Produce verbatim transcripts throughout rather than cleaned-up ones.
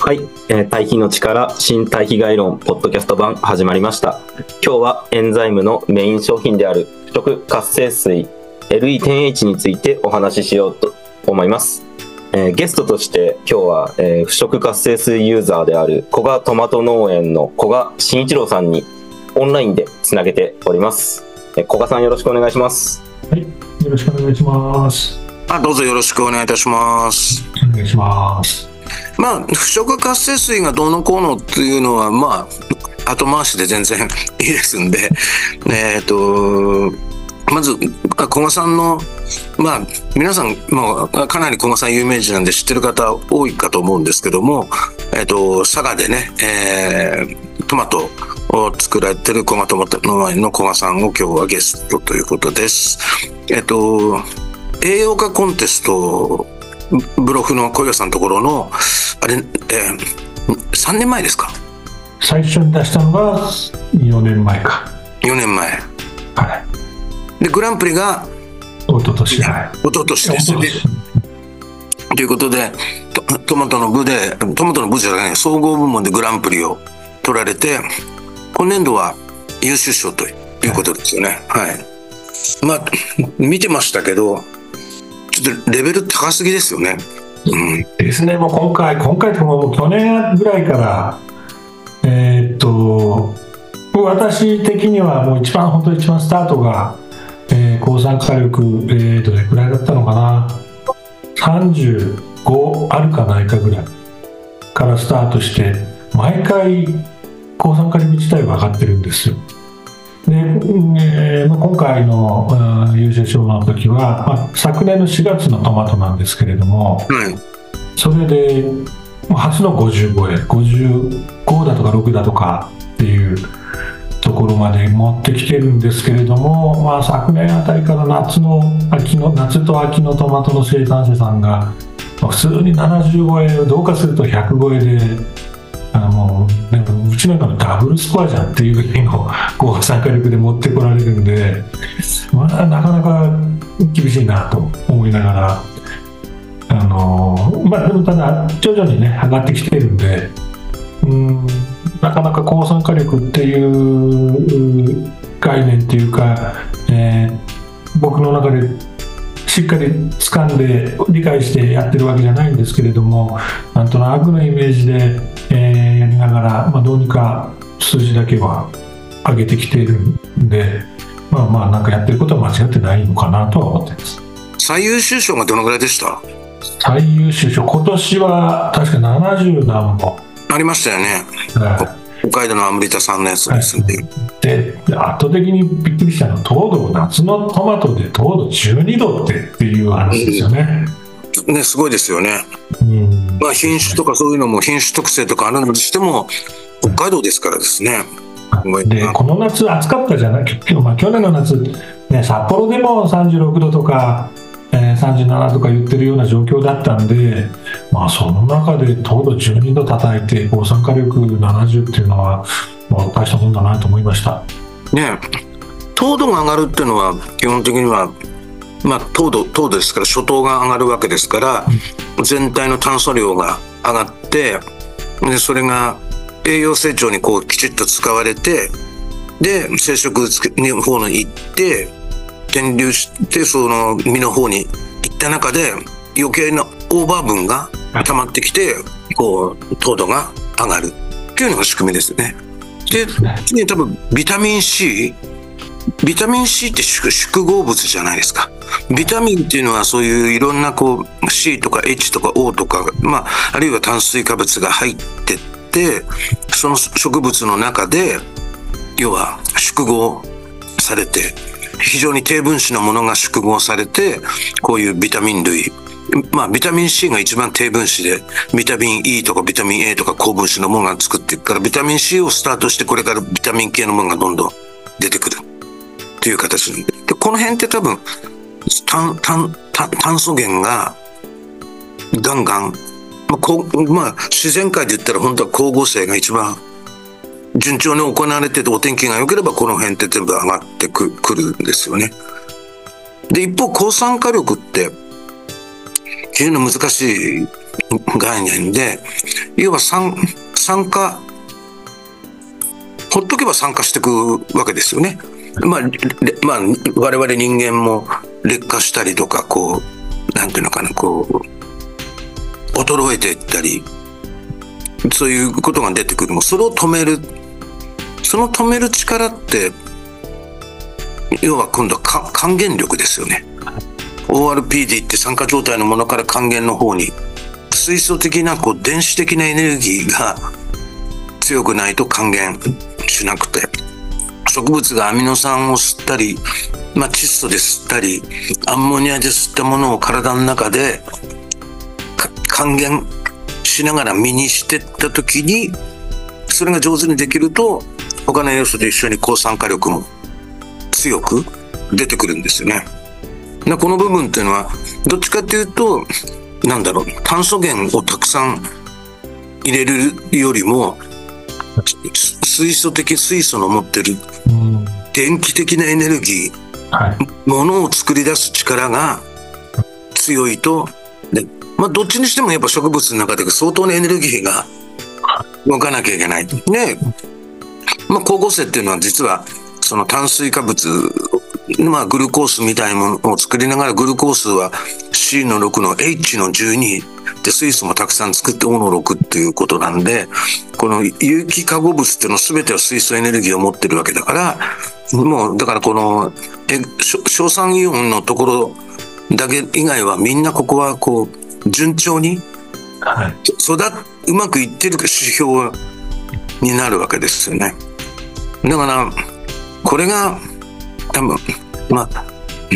はい、えー、対比の力新対比概論ポッドキャスト版始まりました。今日はエンザイムのメイン商品である腐食活性水 エルイーテンエイチ についてお話ししようと思います。えー、ゲストとして今日は、えー、腐食活性水ユーザーである古賀トマト農園の古賀慎一郎さんにオンラインでつなげております。えー、古賀さん、よろしくお願いします。 はい、よろしくお願いします。 あ、どうぞよろしくお願いいたします。 お願いします。 まあ、腐食活性水がどうのこうのっていうのは、まあ、後回しで全然いいですんで、えっと、まず、古賀さんの、まあ、皆さん、まあ、かなり古賀さん有名人なんで知ってる方多いかと思うんですけども、えっと、佐賀でね、えー、トマトを作られてる古賀トマト農園の古賀さんを今日はゲストということです。えっと、栄養価コンテスト、ブロフの小岩さんのところの、あれ、えー、さんねんまえですか？ 最初に出したのがよねんまえか。 よねんまえ。 はい。 で、グランプリが一昨年、はい。 一昨年ですね。ということで、ト、トマトの部で、トマトの部じゃない、総合部門でグランプリを取られて、今年度は優秀賞ということですよね。はい。はい、まあ、見てましたけど、ちょっとレベル高すぎですよね。 うん、ですね。もう今回、今回とも去年ぐらいから、えー、っと、私的にはもう一番、本当に一番スタートが、えー、抗酸化力、えー、どれくらいだったのかな、さんじゅうごあるかないかぐらいからスタートして、毎回抗酸化力自体は上がってるんですよ。で、えー、今回の優秀賞の時は、まあ、昨年のしがつのトマトなんですけれども、 うん、 それで初のごじゅうごえん、ごじゅうごだとかろくだとかっていうところまで持ってきてるんですけれども、まあ、昨年あたりから夏の秋の夏と秋のトマトの生産者さんが、まあ、普通にななじゅうごえんを同化するとひゃくごえで、あのなんかうちなんかのダブルスコアじゃんっていうぐらいの抗酸化力で持ってこられるんで、まあ、なかなか厳しいなと思いながら、あのまあ、でもただ徐々にね上がってきてるんで、うんなかなか抗酸化力っていう概念っていうか、えー、僕の中でしっかり掴んで理解してやってるわけじゃないんですけれども、なんとなくのイメージで、えー、やりながら、まあ、どうにか数字だけは上げてきているんで、まあまあなんかやってることは間違ってないのかなとは思っています。 最優秀賞がどのぐらいでした？ 最優秀賞、今年は確かななじゅうなんぼありましたよね。はい、北海道のアムリタさんのやつですんで、はい、 で圧倒的にびっくりしたのは糖度、夏のトマトで糖度じゅうにどってっていう話ですよね。 うん、ね、すごいですよね。うん、まあ、品種とかそういうのも品種特性とかあるのとしても北海道ですからですね。 でこの夏暑かったじゃない、まあ、去年の夏、ね、札幌でもさんじゅうろくどとか、えー、さんじゅうななとか言ってるような状況だったんで、まあ、その中で糖度じゅうにど叩いて抗酸化力ななじゅうっていうのは、まあ、大したもんだなと思いました。 ね、糖度が上がるっていうのは基本的には、まあ、糖度、糖度ですから初糖が上がるわけですから、うん、全体の炭素量が上がってでそれが栄養成長にこうきちっと使われてで生殖の方に行って転流してその実の方に行った中で余計なオーバー分が溜まってきてこう糖度が上がるっていうのが仕組みですよね。で次に多分ビタミン C、 ビタミン C って縮合物じゃないですか。ビタミンっていうのはそういういろんなこう C とか H とか O とか、まあ、あるいは炭水化物が入ってってその植物の中で要は縮合されて非常に低分子のものが縮合されてこういうビタミン類、まあビタミン C が一番低分子でビタミン E とかビタミン A とか高分子のものが作っていくからビタミン C をスタートしてこれからビタミン系のものがどんどん出てくるという形で、この辺って多分炭、炭、炭素源がガンガン、まあこうまあ、自然界で言ったら本当は光合成が一番順調に行われててお天気が良ければこの辺って全部上がってくるんですよね。で一方抗酸化力って非常に難しい概念で要は酸酸化、ほっとけば酸化していくわけですよね。まあ、まあ、我々人間も劣化したりとか、こう、なんていうのかな、こう、衰えていったり、そういうことが出てくる。もそれを止める。その止める力って、要は今度は還元力ですよね。オーアールピーディー って酸化状態のものから還元の方に、水素的なこう電子的なエネルギーが強くないと還元しなくて、植物がアミノ酸を吸ったり、まあ、窒素で吸ったり、アンモニアで吸ったものを体の中で還元しながら身にしていったときに、それが上手にできると、他の要素と一緒に抗酸化力も強く出てくるんですよね。でこの部分っていうのは、どっちかっていうと、なんだろう、炭素源をたくさん入れるよりも、水素的、水素の持ってる電気的なエネルギー、はい、ものを作り出す力が強いと、でまあ、どっちにしてもやっぱ植物の中で相当なエネルギーが動かなきゃいけない。で、まあ、光合成っていうのは実はその炭水化物、まあ、グルコースみたいなものを作りながら、グルコースは シー のろくの エイチ のじゅうにで水素もたくさん作って オー のろくっていうことなんで、この有機化合物っていうのは全ては水素エネルギーを持ってるわけだから、もうだからこの硝酸イオンのところだけ以外はみんなここはこう順調に育うまくいってる指標になるわけですよね。だからこれが多分まあ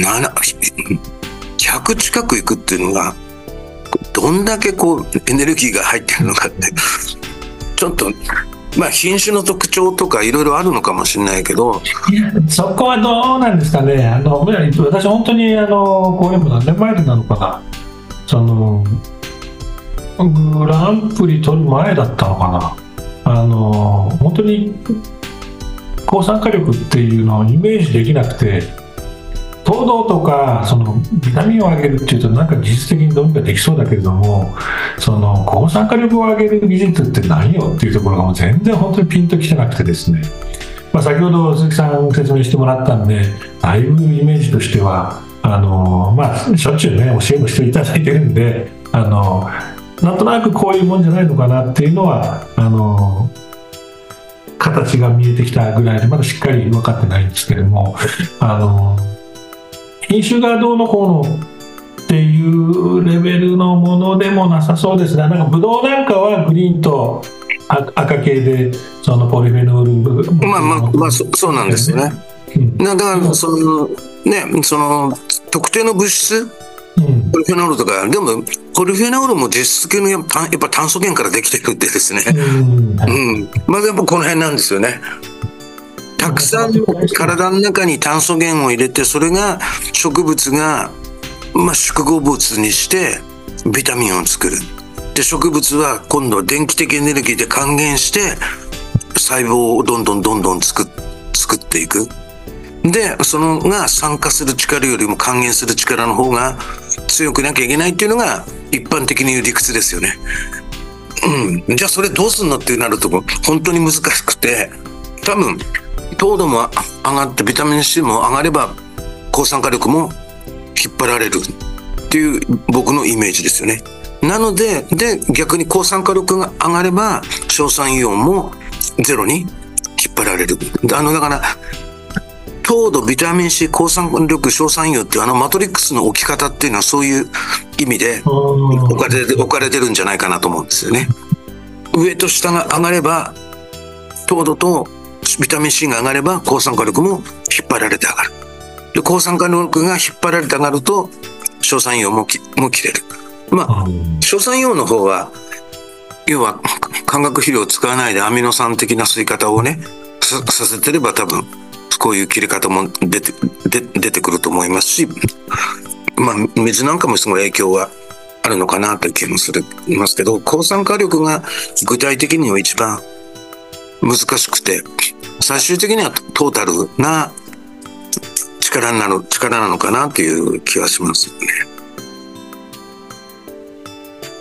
ひゃく近くいくっていうのがどんだけこうエネルギーが入ってるのかってちょっとまあ品種の特徴とかいろいろあるのかもしれないけど、 いやそこはどうなんですかね。あの私本当にあのこれも何年前なのかな、そのグランプリ取る前だったのかな、あの本当に抗酸化力っていうのをイメージできなくて、糖度とかそのビタミンを上げるっていうとなんか技術的にどうにかできそうだけれども、その抗酸化力を上げる技術って何よっていうところがもう全然本当にピンときてなくてですね、まあ、先ほど鈴木さん説明してもらったんで、だいぶイメージとしてはあの、まあ、しょっちゅうね教えもしていただいてるんで、あのなんとなくこういうもんじゃないのかなっていうのはあの形が見えてきたぐらいで、まだしっかり分かってないんですけれども、あの品種がどうのこうのっていうレベルのものでもなさそうですね。なんかブドウなんかはグリーンと赤系でそのポリフェノール、 まあまあまあ そ, そうなんですよね。うん、だからそのねその特定の物質、うん、ポリフェノールとかでもポリフェノールも実質系のやっぱやっぱ炭素源からできてるんでですね。うん、はい、うん、まずやっぱこの辺なんですよね。たくさん体の中に炭素源を入れて、それが植物が、まあ、縮合物にしてビタミンを作る。で植物は今度は電気的エネルギーで還元して細胞をどんどんどんどん作っ、作っていく。でそのが酸化する力よりも還元する力の方が強くなきゃいけないっていうのが一般的に言う理屈ですよね。うん、じゃあそれどうすんのってなると本当に難しくて、多分糖度も上がってビタミン C も上がれば抗酸化力も引っ張られるっていう僕のイメージですよね。なので、で逆に抗酸化力が上がれば硝酸イオンもゼロに引っ張られる。あのだから糖度、ビタミン C、抗酸化力、硝酸イオンっていうあのマトリックスの置き方っていうのはそういう意味で置かれて、置かれてるんじゃないかなと思うんですよね。上と下が上がれば糖度とビタミン C が上がれば抗酸化力も引っ張られて上がる。で抗酸化力が引っ張られて上がると硝酸イオンもきも切れる。まあ硝酸イオンの方は要は化学肥料を使わないでアミノ酸的な吸い方をね さ, させてれば多分こういう切れ方も出てで出てくると思いますし、まあ水なんかもすごい影響はあるのかなという気もするますけど、抗酸化力が具体的には一番難しくて、最終的にはトータルな力なの力なのかなという気はしますよね。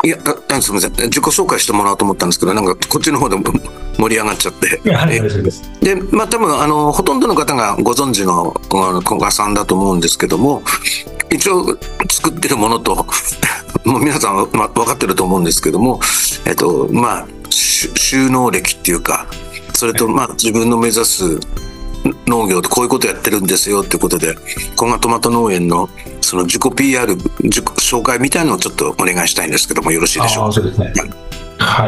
いや、あすみません、自己紹介してもらおうと思ったんですけど、なんかこっちの方でも盛り上がっちゃって。 いや、はい、大丈夫です。 で、まあ多分あのほとんどの方がご存知の古賀さんだと思うんですけども、一応作ってるものともう皆さん、まあ、分かってると思うんですけども、えっとまあ収納歴っていうか、それとまあ自分の目指す農業でこういうことやってるんですよっていうことで、古賀トマト農園のその自己 ピーアール、自己紹介みたいなのをちょっとお願いしたいんですけども、よろしいでしょうか。 あ、そうですね。はい、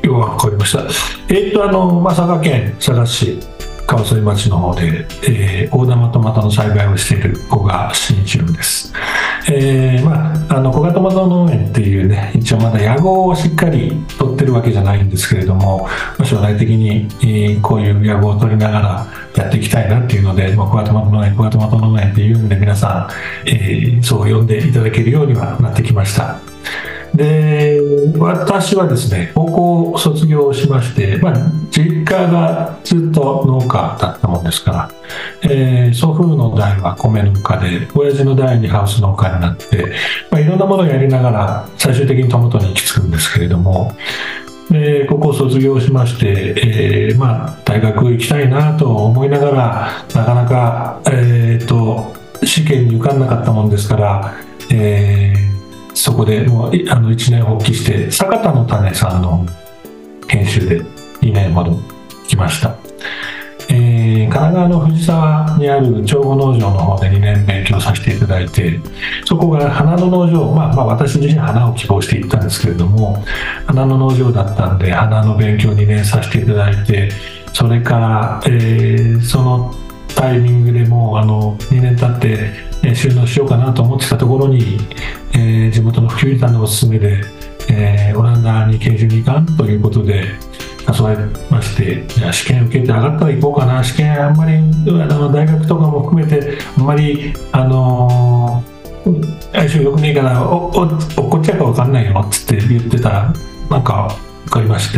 わかりました。えっとあの、まあ、佐賀県佐賀市川添町の方で、えー、大玉トマトの栽培をしている古賀慎一郎です。えーまあ、あの古賀トマト農園っていうね、一応まだ屋号をしっかり取ってるわけじゃないんですけれども、将来的に、えー、こういう屋号を取りながらやっていきたいなっていうので、まあ、古賀トマト農園古賀トマト農園っていうんで皆さん、えー、そう呼んでいただけるようにはなってきました。で、私はですね、高校を卒業しまして、まあ、実家がずっと農家だったもんですから、えー、祖父の代は米農家で、親父の代にハウス農家になって、まあ、いろんなものをやりながら最終的にトマトに行き着くんですけれども、で高校を卒業しまして、えーまあ、大学行きたいなと思いながら、なかなか、えー、と試験に受かんなかったもんですから、えーそこでもうあの一年発起して坂田の種さんの研修でにねんほど来ました。えー、神奈川の藤沢にある長後農場の方でにねん勉強させていただいて、そこが花の農場、まあ、まあ私自身花を希望していったんですけれども、花の農場だったんで花の勉強にねんさせていただいて、それから、えー、そのタイミングでもうあのにねん経って収納しようかなと思ってたところに、えー、地元の普及さんのおすすめで、えー、オランダに研修に行かんということで誘われまして、じゃあ試験受けて上がったら行こうかな、試験あんまりあの大学とかも含めてあんまり、あのー、相性良くねえからおおおっこっちゃうか分かんないよっつって言ってたら、なんか分かりまして、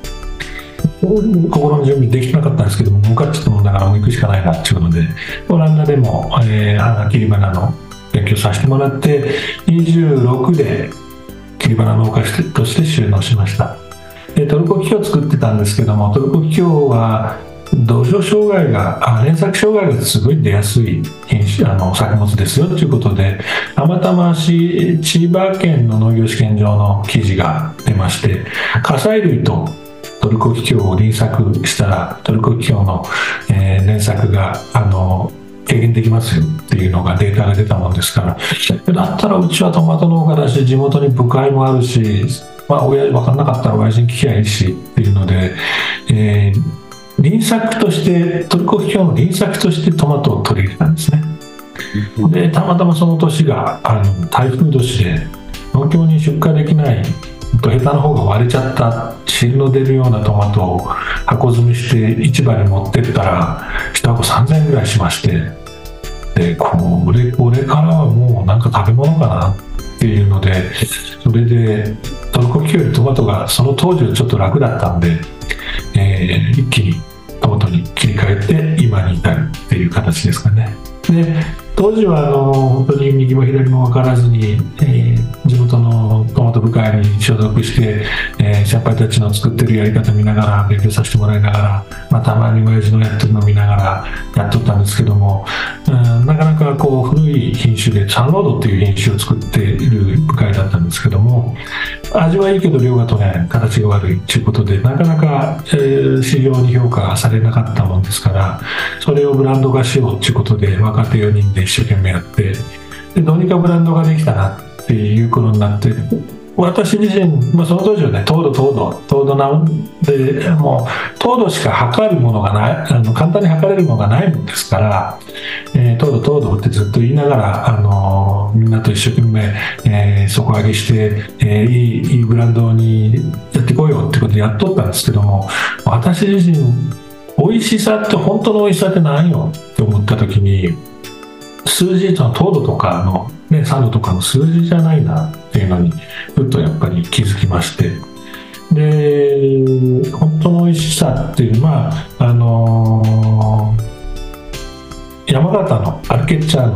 心の準備できなかったんですけども、向かっちゃったもんだからもう行くしかないなっていうので、オランダでも、えー、花切り花の勉強させてもらって、にじゅうろくで切り花農家として収納しました。でトルコキキョウを作ってたんですけども、トルコキキョウは土壌障害が、連作障害がすごい出やすい品種、あの作物ですよということで、たまたまし千葉県の農業試験場の記事が出まして、火砕類とトルコキキョウを輪作したらトルコキキョウの、えー、連作があの軽減できますよっていうのがデータが出たもんですから、だったらうちはトマト農家だし地元に部会もあるし、まあ、親分かんなかったら親父に聞きゃいいしっていうので、えー、輪作としてトルコキキョウの輪作としてトマトを取り入れたんですね。でたまたまその年があの台風年で農協に出荷できないヘタの方が割れちゃった芯の出るようなトマトを箱詰めして市場に持ってったらいち箱さんぜんえんぐらいしまして、でこれこれからはもうなんか食べ物かなっていうので、それでトルコキキョウよりトマトがその当時はちょっと楽だったんで、えー、一気にトマトに切り替えて今に至るっていう形ですかね。で当時はあの本当に右も左も分からずに、えー、地元のトマト部会に所属して、えー、先輩たちの作ってるやり方見ながら勉強させてもらいながら、まあ、たまに親父のやってるの見ながらやっとったんですけども、うん、なかなかこう古い品種でサンロードっていう品種を作っている部会だったんですけども、味はいいけど量が取れない、形が悪いということでなかなか、えー、市場に評価されなかったもんですから、それをブランド化しようということで若手よにんで一生懸命やって、でどうにかブランドができたなっていう頃になって、私自身、まあ、その当時はね糖度糖度糖度なんで、もう糖度しか測るものがない、あの簡単に測れるものがないもんですから、えー、糖度糖度ってずっと言いながら、あのー、みんなと一生懸命、えー、底上げして、えー、いいいいブランドにやっていこうよってことでやっとったんですけども、私自身美味しさって本当の美味しさって何よって思った時に、数字の糖度とかの、ね、酸度とかの数字じゃないなっていうのにふっとやっぱり気づきまして、で本当の美味しさっていう、まああのー、山形のアルケッチャーノ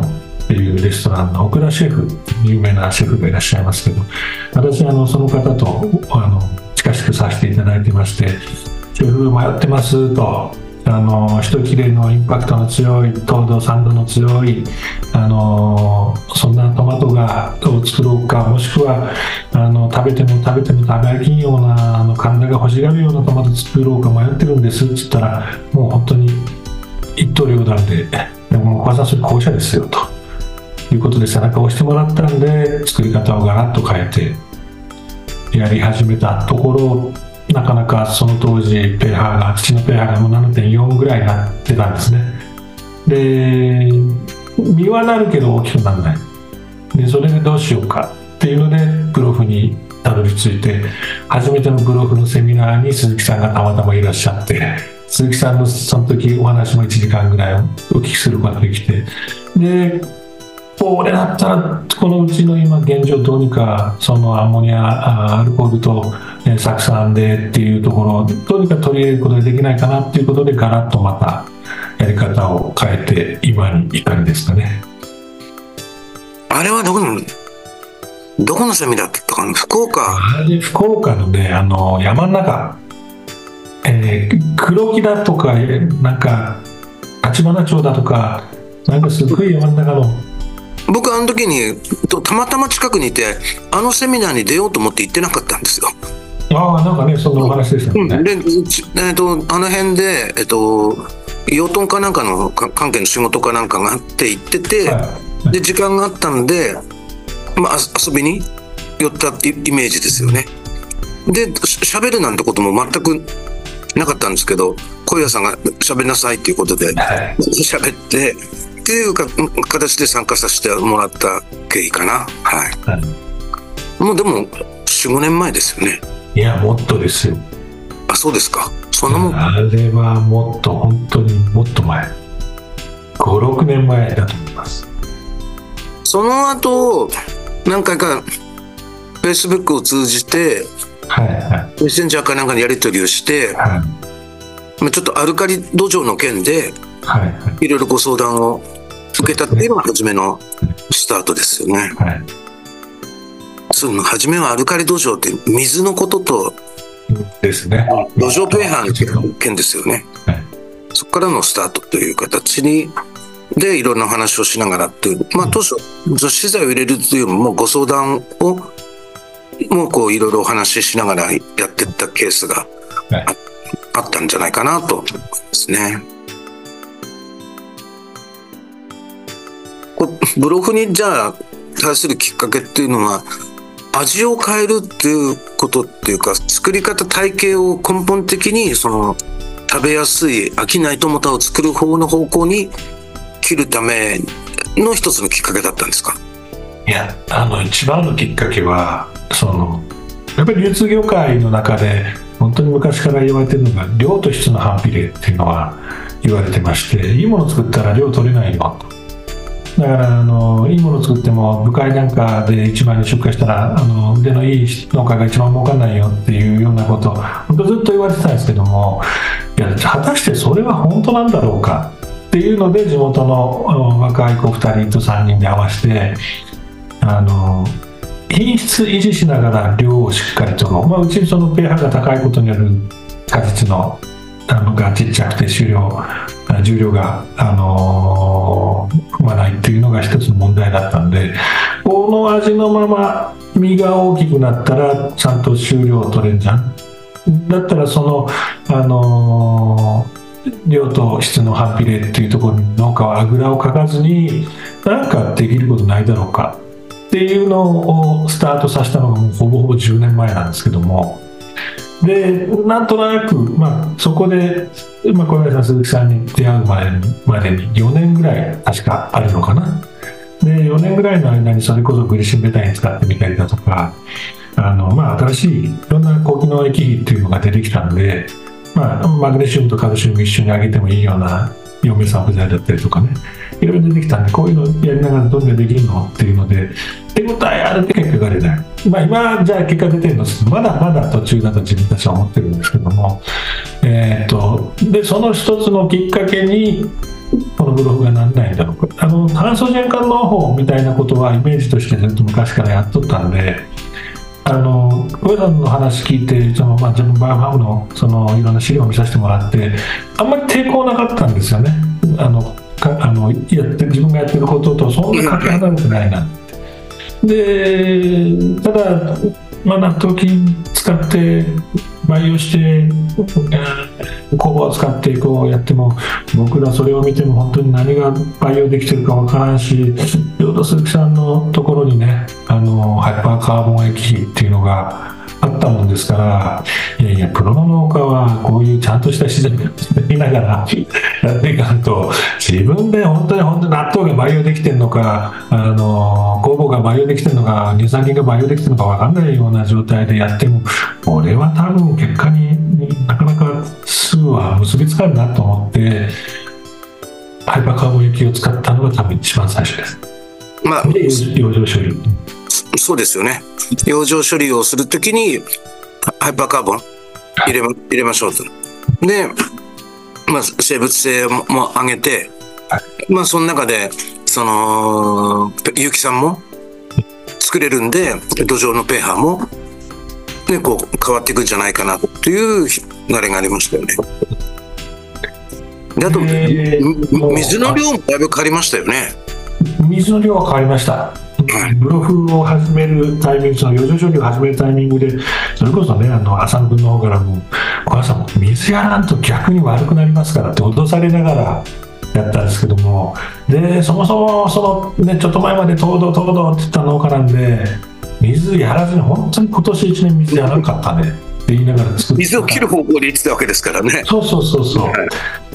っていうレストランの奥田シェフ、有名なシェフがいらっしゃいますけど、私あのその方とあの近しくさせていただいてまして、シェフ迷ってますと、あの一切れのインパクトの強い糖度酸度の強いあのそんなトマトがを作ろうか、もしくはあの食べても食べても食べ飽きんようなあの体が欲しがるようなトマト作ろうか迷ってるんですって言ったら、もう本当に一刀両断で、でも小川さんそれ後者ですよということで背中を押してもらったんで、作り方をガラッと変えてやり始めたところ、なかなかその当時 pH が土の pH がもう ななてんよん ぐらいになってたんですね。で実はなるけど大きくならないで、それでどうしようかっていうのでプロフにたどり着いて、初めてのプロフのセミナーに鈴木さんがたまたまいらっしゃって、鈴木さんのその時お話もいちじかんぐらいお聞きすることができて、でこれだったらこのうちの今現状どうにかそのアンモニアアルコールと酢酸でっていうところをどうにか取り入れることができないかなっていうことで、ガラッとまたやり方を変えて今に至りですかね。 あれはどこのどこのセミだったかな、福岡。 あれ福岡のね、あの山の中、えー、黒木だとかなんか橘町だとか、なんかすごい山の中の。 僕あの時にたまたま近くにいて、あのセミナーに出ようと思って行ってなかったんですよ。 ああ、なんかね、そんなお話でしたね。うん、で、えー、とあの辺で、えー、と養豚かなんかの関係の仕事かなんかがあって行ってて、はいはい、で時間があったんで、まあ、遊びに寄ったイメージですよね。で喋るなんてことも全くなかったんですけど、小岩さんが喋りなさいっていうことで喋、はい、ってっていうか形で参加させてもらった経緯かな。はい、はい、もうでも よん、ごねんまえですよね。 いやもっとですよ。 あ、そうですか。そんなもん。 あれはもっと本当にもっと前、ご、ろくねんまえだと思います。 その後何回か Facebook を通じて、はいはい、メッセンジャーかなんかにやり取りをして、はい、ちょっとアルカリ土壌の件で、はいはい、いろいろご相談を受けたっていうのが初めのスタートですよね。はい、その初めはアルカリ土壌って水のこととですね、 土壌 pH の件ですよね。はい、そこからのスタートという形にでいろんな話をしながらっていう、まあ、当初除湿剤を入れるというのもご相談をもうこういろいろお話ししながらやっていったケースが あ,、はい、あったんじゃないかなと思いますね。ブログにじゃあ対するきっかけっていうのは、味を変えるっていうことっていうか、作り方体系を根本的にその食べやすい飽きないトマトを作る方の方向に切るための一つのきっかけだったんですか？ いや、あの一番のきっかけはそのやっぱり流通業界の中で本当に昔から言われてるのが量と質の反比例っていうのは言われてまして、いいものを作ったら量取れないよと。だからあのいいものを作っても部会なんかでいちまんに出荷したらあの腕のいい農家が一番儲かんないよっていうようなことを本当ずっと言われてたんですけども、いや果たしてそれは本当なんだろうかっていうので、地元の若い子ふたりとさんにんで合わせてあの品質維持しながら量をしっかりとろう、まあ、うちその pH が高いことによる果実のあのがちっちゃくて重量重量が、あのー、踏まないっていうのが一つの問題だったんで、この味のまま実が大きくなったらちゃんと収量を取れるじゃん。だったらその、あのー、量と質の反比例っていうところに農家はあぐらをかかずに何かできることないだろうかっていうのをスタートさせたのがもうほぼほぼじゅうねんまえなんですけども、でなんとなく、まあ、そこで、まあ、小林さん鈴木さんに出会うまでに、までによねんぐらい確かあるのかな。でよねんぐらいの間にそれこそグリシンベタイン使ってみたりだとか、あの、まあ、新しいいろんな高機能液肥っていうのが出てきたんで、まあ、マグネシウムとカルシウム一緒にあげてもいいような葉名散布剤だったりとかね、いろいろ出てきたんで、こういうのやりながらどんなできるのっていうので手応えあるって結果が出ない、まあ、今じゃあ結果出てるのですまだまだ途中だと自分たちは思ってるんですけども、えー、とでその一つのきっかけにこのブログがなんないんだろうか。あの炭素循環農法みたいなことはイメージとしてずっと昔からやっとったんで、あの上さんの話聞いて、その、まあ、自分バイオファームの、そのいろんな資料を見させてもらって、あんまり抵抗なかったんですよね。あのかあのやって自分がやってることとそんなかけ離れてないなって。でただ、まあ、納豆菌使って培養して酵母を使ってこうやっても、僕らそれを見ても本当に何が培養できてるかわからんし、ちょうど鈴木さんのところにね、あのハイパーカーボン液っていうのがあったもんですから、いやいやプロの農家はこういうちゃんとした自然を見ながらやっていかんと、自分で本当に本当に納豆が培養できてるのか、あの酵母が培養できてるのか、乳酸菌が培養できてるのか分かんないような状態でやっても、俺は多分結果になかなかすぐは結びつかるなと思ってハイパーカーボン液を使ったのが多分一番最初です。 まあ、 で養生処理、 そうですよね。養生処理をするときにハイパーカーボン入れま、入れましょうと。で、まあ、生物性もも上げて、まあその中でその有機酸も作れるんで、土壌の pH も、ね、こう変わっていくんじゃないかなという流れがありましたよね。であと、えー、水の量もだいぶ変わりましたよね。 水の量は変わりました。ブロフを始めるタイミング、その養生処理を始めるタイミングで、それこそね、あの浅野君の方からも、お母さんも水やらんと逆に悪くなりますからって脅されながらやったんですけども、でそもそもその、ね、ちょっと前まで糖度糖度って言った農家なんで、水やらずに本当に今年いちねん水やらなかったねって言いながら作ってた。 水を切る方向で言ってたわけですからね。 そうそうそうそう、はい、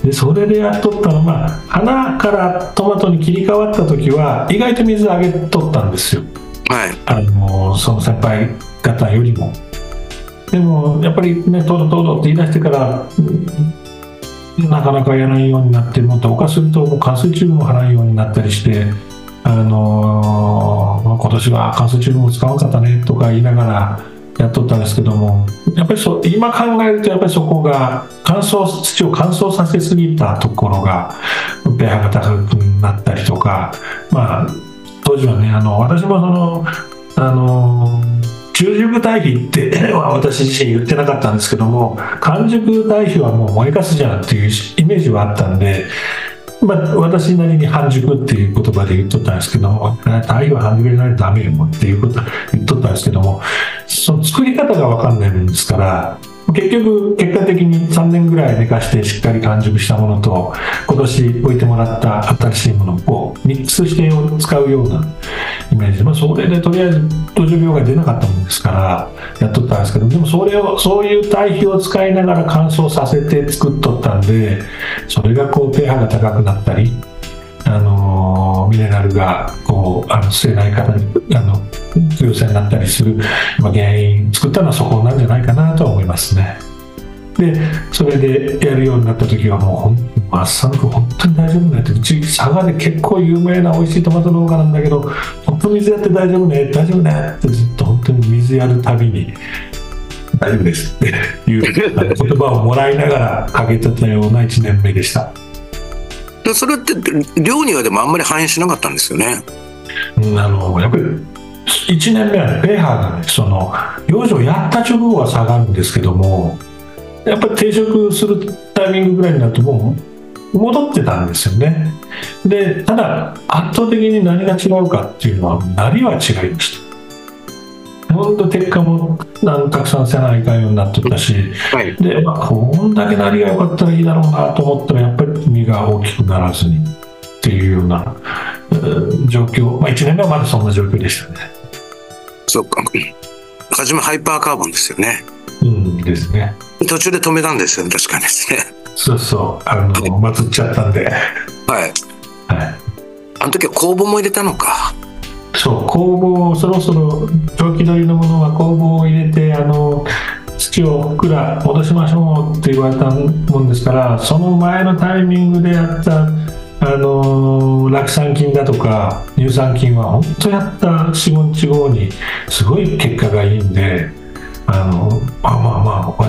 でそれでやっとったの、まあ花からトマトに切り替わった時は意外と水あげとったんですよ、はい、あのその先輩方よりも。でもやっぱりね、糖度糖度って言い出してからなかなかやらないようになって、もっとおかするともう冠水チューブも払うようになったりして、あのー、今年は冠水チューブも使わなかったねとか言いながらやっとったんですけども、やっぱりそ今考えるとやっぱりそこが乾燥、土を乾燥させすぎたところが pH が高くなったりとか、まあ当時はね、あの私もそのあの中熟堆肥っては私自身言ってなかったんですけども、完熟堆肥はもう燃えかすじゃんっていうイメージはあったんで、まあ、私なりに半熟っていう言葉で言っとったんですけども、堆肥は半熟じゃないとダメよっていうこと言っとったんですけども、その作り方が分かんないもんですから、結局結果的にさんねんぐらい寝かしてしっかり完熟したものと、今年置いてもらった新しいものをミックスして使うようなイメージで、まあ、それでとりあえず土壌病が出なかったもんですからやっとったんですけど、でもそれをそういう堆肥を使いながら乾燥させて作っとったんで、それがこう pH が高くなったり、あのミネラルがこうあの吸えない方にあの強さになったりする、まあ、原因作ったのはそこなんじゃないかなとは思いますね。でそれでやるようになった時はもうほんまっさんく本当に大丈夫ねって、うち佐賀で結構有名な美味しいトマト農家なんだけど、本当水やって大丈夫ね大丈夫ねってずっと本当に水やるたびに大丈夫ですっていう言葉をもらいながらかけてたようないちねんめでした。 それって量にはでもあんまり反映しなかったんですよね。 うん、あのやっぱりいちねんめはね、pH がね、その養生やった直後は下がるんですけども、やっぱり定食するタイミングぐらいになるともう戻ってたんですよね。でただ圧倒的に何が違うかっていうのは、なりは違いました。本当鉄火もたくさんせないかんようになってたし、はい、で、まあ、こんだけなりが良かったらいいだろうなと思ったら、やっぱり実が大きくならずにっていうような、えー、状況、まあ、いちねんめはまだそんな状況でしたね。 そっか、初めハイパーカーボンですよね。 うんですね。 途中で止めたんですよね、確かにですね。 そうそう、あの、はい、まつっちゃったんで、はい、 はい、あの時は酵母も入れたのか。 そう、酵母をそろそろ長期取りのものは酵母を入れて、あの土をふっくら戻しましょうって言われたもんですから、その前のタイミングでやったあの酪酸菌だとか乳酸菌は本当やったよん、ごにちごにすごい結果がいいんで、あのまあまあまあこうやっ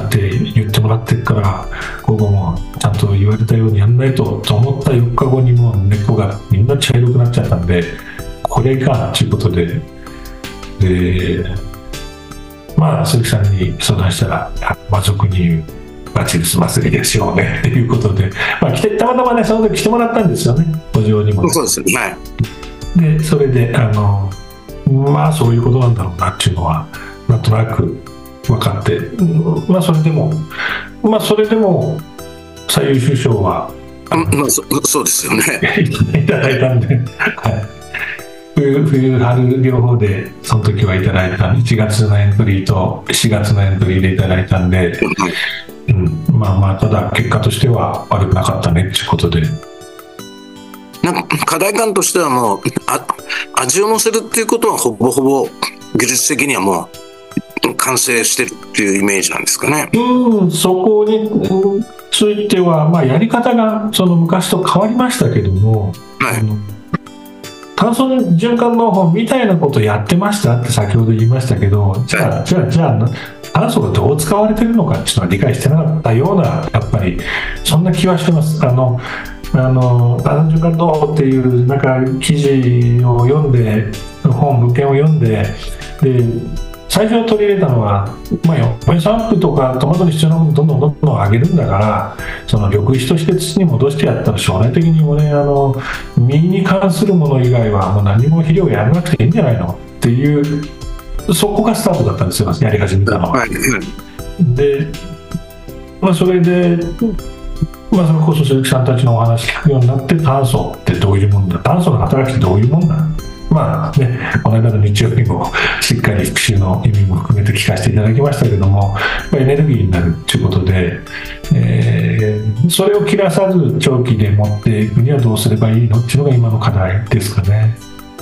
って言ってもらってるから午後もちゃんと言われたようにやんないとと思ったよっかごにもう根っこがみんな茶色くなっちゃったんで、これかということで、でまあ鈴木さんに相談したら魔族に言うバッチリ済ませるでしょうねっていうことで、まあ、来てたまたまねその時来てもらったんですよね、お嬢にも、ね、 そうですね、はい、 でそれであのまあそういうことなんだろうなっていうのはなんとなく分かって、まあそれでもまあそれでも最優秀賞はあ、まあ、そ, そうですよねいただいたんで、はい、冬, 冬春両方でその時はいただいたいちがつのエントリーとしがつのエントリーでいただいたんで、はい、うん、まあまあただ結果としては悪くなかったねっていうことで、 なんか課題感としてはもうあ味を乗せるっていうことはほぼほぼ技術的にはもう完成してるっていうイメージなんですかね。 うん、そこについては、まあ、やり方がその昔と変わりましたけども、はい、あの炭素循環農法みたいなことやってましたって先ほど言いましたけど、じゃあ、はい、じゃあじゃあ炭素がどう使われてるのかっていうのは理解してなかったようなやっぱりそんな気はしてます。あのあの炭素循環農法っていうなんか記事を読んで本文献を読んでで最初取り入れたのは、まあ、米散布とかトマトに必要なものをどんどんどんどん上げるんだからその緑肥として土に戻してやったら将来的にもねあの実に関するもの以外はもう何も肥料やらなくていいんじゃないのっていうそこがスタートだったんですよ、やり始めたのは。で、まあ、それで、まあ、それこそ鈴木さんたちのお話聞くようになって炭素ってどういうもんだ、炭素の働きってどういうもんだ、まあね、この間の日曜日もしっかり復習の意味も含めて聞かせていただきましたけども、エネルギーになるということで、えー、それを切らさず長期で持っていくにはどうすればいいのっていうのが今の課題ですかね。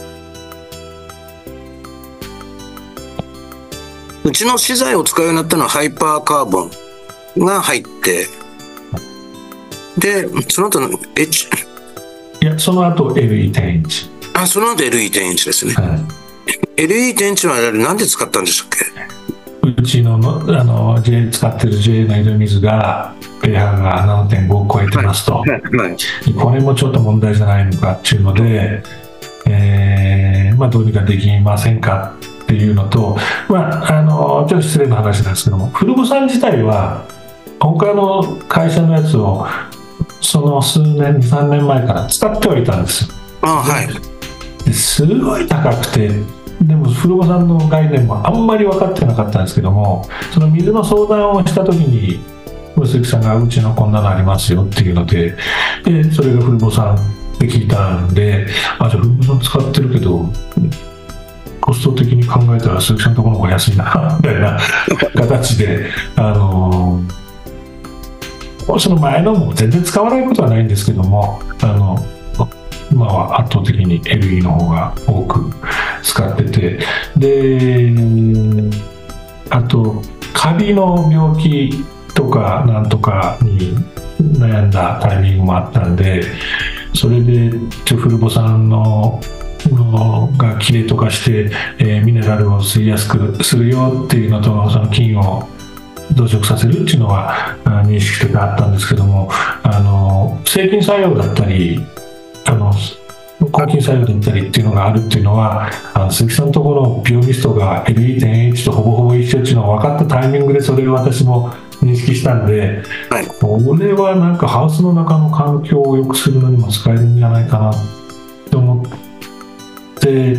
うちの資材を使うようになったのはハイパーカーボンが入って、でその後の H いやその後 エルイーテンインチ、 あ、その後 エルイーテンインチですね、はい、エルイーテンインチは何で使ったんでしたっけ。 うち の, あの ジェー 使ってる ジェー の井戸水が ペーハー が ななてんご を超えてますと、はいはいはい、これもちょっと問題じゃないのかっていうので、えーまあ、どうにかできませんかっていうのと、まあ、あのちょっと失礼な話なんですけども、古穂さん自体は他の会社のやつをその数年にさんねんまえから使ってはいたんですよ。 あ、はい、 ですごい高くて、でも古穂さんの概念もあんまり分かってなかったんですけども、その水の相談をした時に鈴木さんがうちのこんなのありますよっていうので、でそれが古穂さんで聞いたんで、あ、じゃあ古穂さん使ってるけどコスト的に考えたら鈴木さんのところの方が安いなみたいな形で、あのー、その前のも全然使わないことはないんですけども、あの今は圧倒的に エルイー の方が多く使ってて、であとカビの病気とかなんとかに悩んだタイミングもあったんで、それで古穂さんののがキレとかして、えー、ミネラルを吸いやすくするよっていうのと、その菌を増殖させるっていうのは認識としてあったんですけども、あの制菌作用だったりあの抗菌作用だったりっていうのがあるっていうのは、あの鈴木さんのところのビオミストが エルイーテンエイチ とほぼほぼ一緒っていうのが分かったタイミングでそれを私も認識したんで、はい、これはなんかハウスの中の環境を良くするのにも使えるんじゃないかなって思って、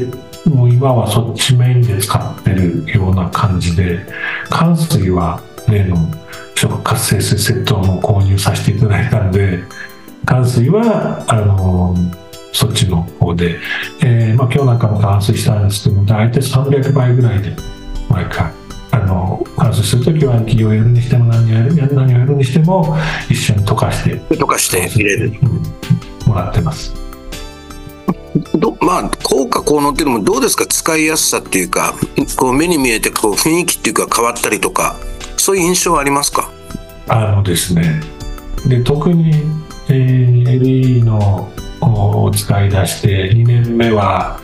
もう今はそっちメインで使ってるような感じで、かん水は例の食活性水セットも購入させていただいたんで、かん水はあのそっちの方で、えーまあ、今日なんかも換水したんですけども、大体さんびゃくばいぐらいで毎回あの換水するときは液をやるにしても何をやる何をやるにしても一緒に溶かして溶かして入れる、 うん、もらってます。 どまあ、効果効能っていうのもどうですか、使いやすさっていうか、こう目に見えてこう雰囲気っていうか変わったりとか、そういう印象はありますか。 あのですね、で特に、えー、エルイー のを使い出してにねんめは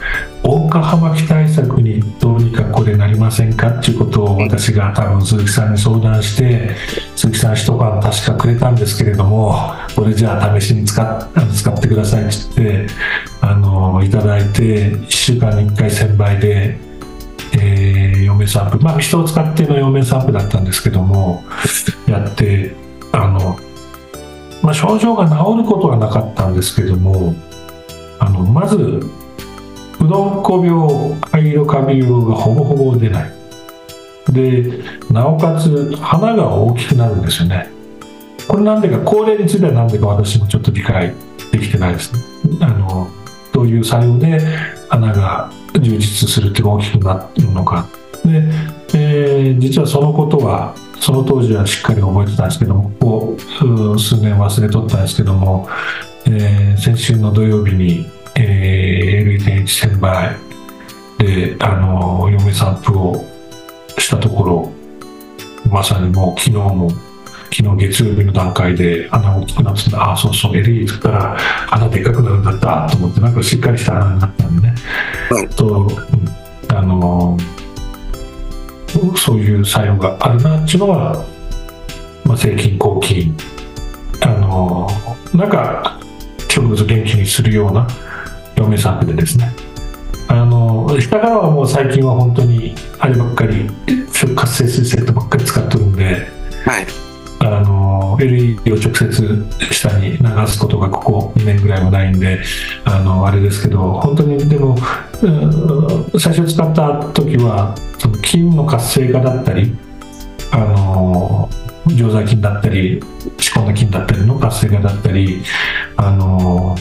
大川巻き対策にどうにかこれなりませんかっていうことを私が多分鈴木さんに相談して、鈴木さん一晩確かくれたんですけれども、これじゃあ試しに使っ、使ってくださいって言ってあのいただいて、いっしゅうかんにいっかい専売で、えー、葉面散布、まあ人を使っての葉面散布だったんですけどもやって、あの、まあ、症状が治ることはなかったんですけども、あのまずうどんこ病、灰色カビ病がほぼほぼ出ないで、なおかつ花が大きくなるんですよね。これなんでか、高齢についてはなんでか私もちょっと理解できてないですね。あのどういう作用で花が充実するっていうか大きくなるのかで、えー、実はそのことはその当時はしっかり覚えてたんですけども、ここ数年忘れとったんですけども、えー、先週の土曜日に、えー、エルイーてんいち 専売であの嫁散布をしたところ、まさにもう昨日も昨日月曜日の段階で穴大きくなってた、ああそうそう エルイー 作ったら穴でかくなるんだったと思って、なんかしっかりした穴になったんでね、はい、と、うん、あのそういう作用があるなっていうのは、まあ、生菌抗菌、あのなんか植物元気にするような嫁散布でですね、あの下からはもう最近は本当にあればっかり、活性水セットばっかり使ってるんで、はい、あの エルイー を直接下に流すことがここにねんぐらいはないんで、あのあれですけど、本当にでも、うん、最初使った時はその菌の活性化だったり、あの常在菌だったり仕込んだ菌だったりの活性化だったり、あの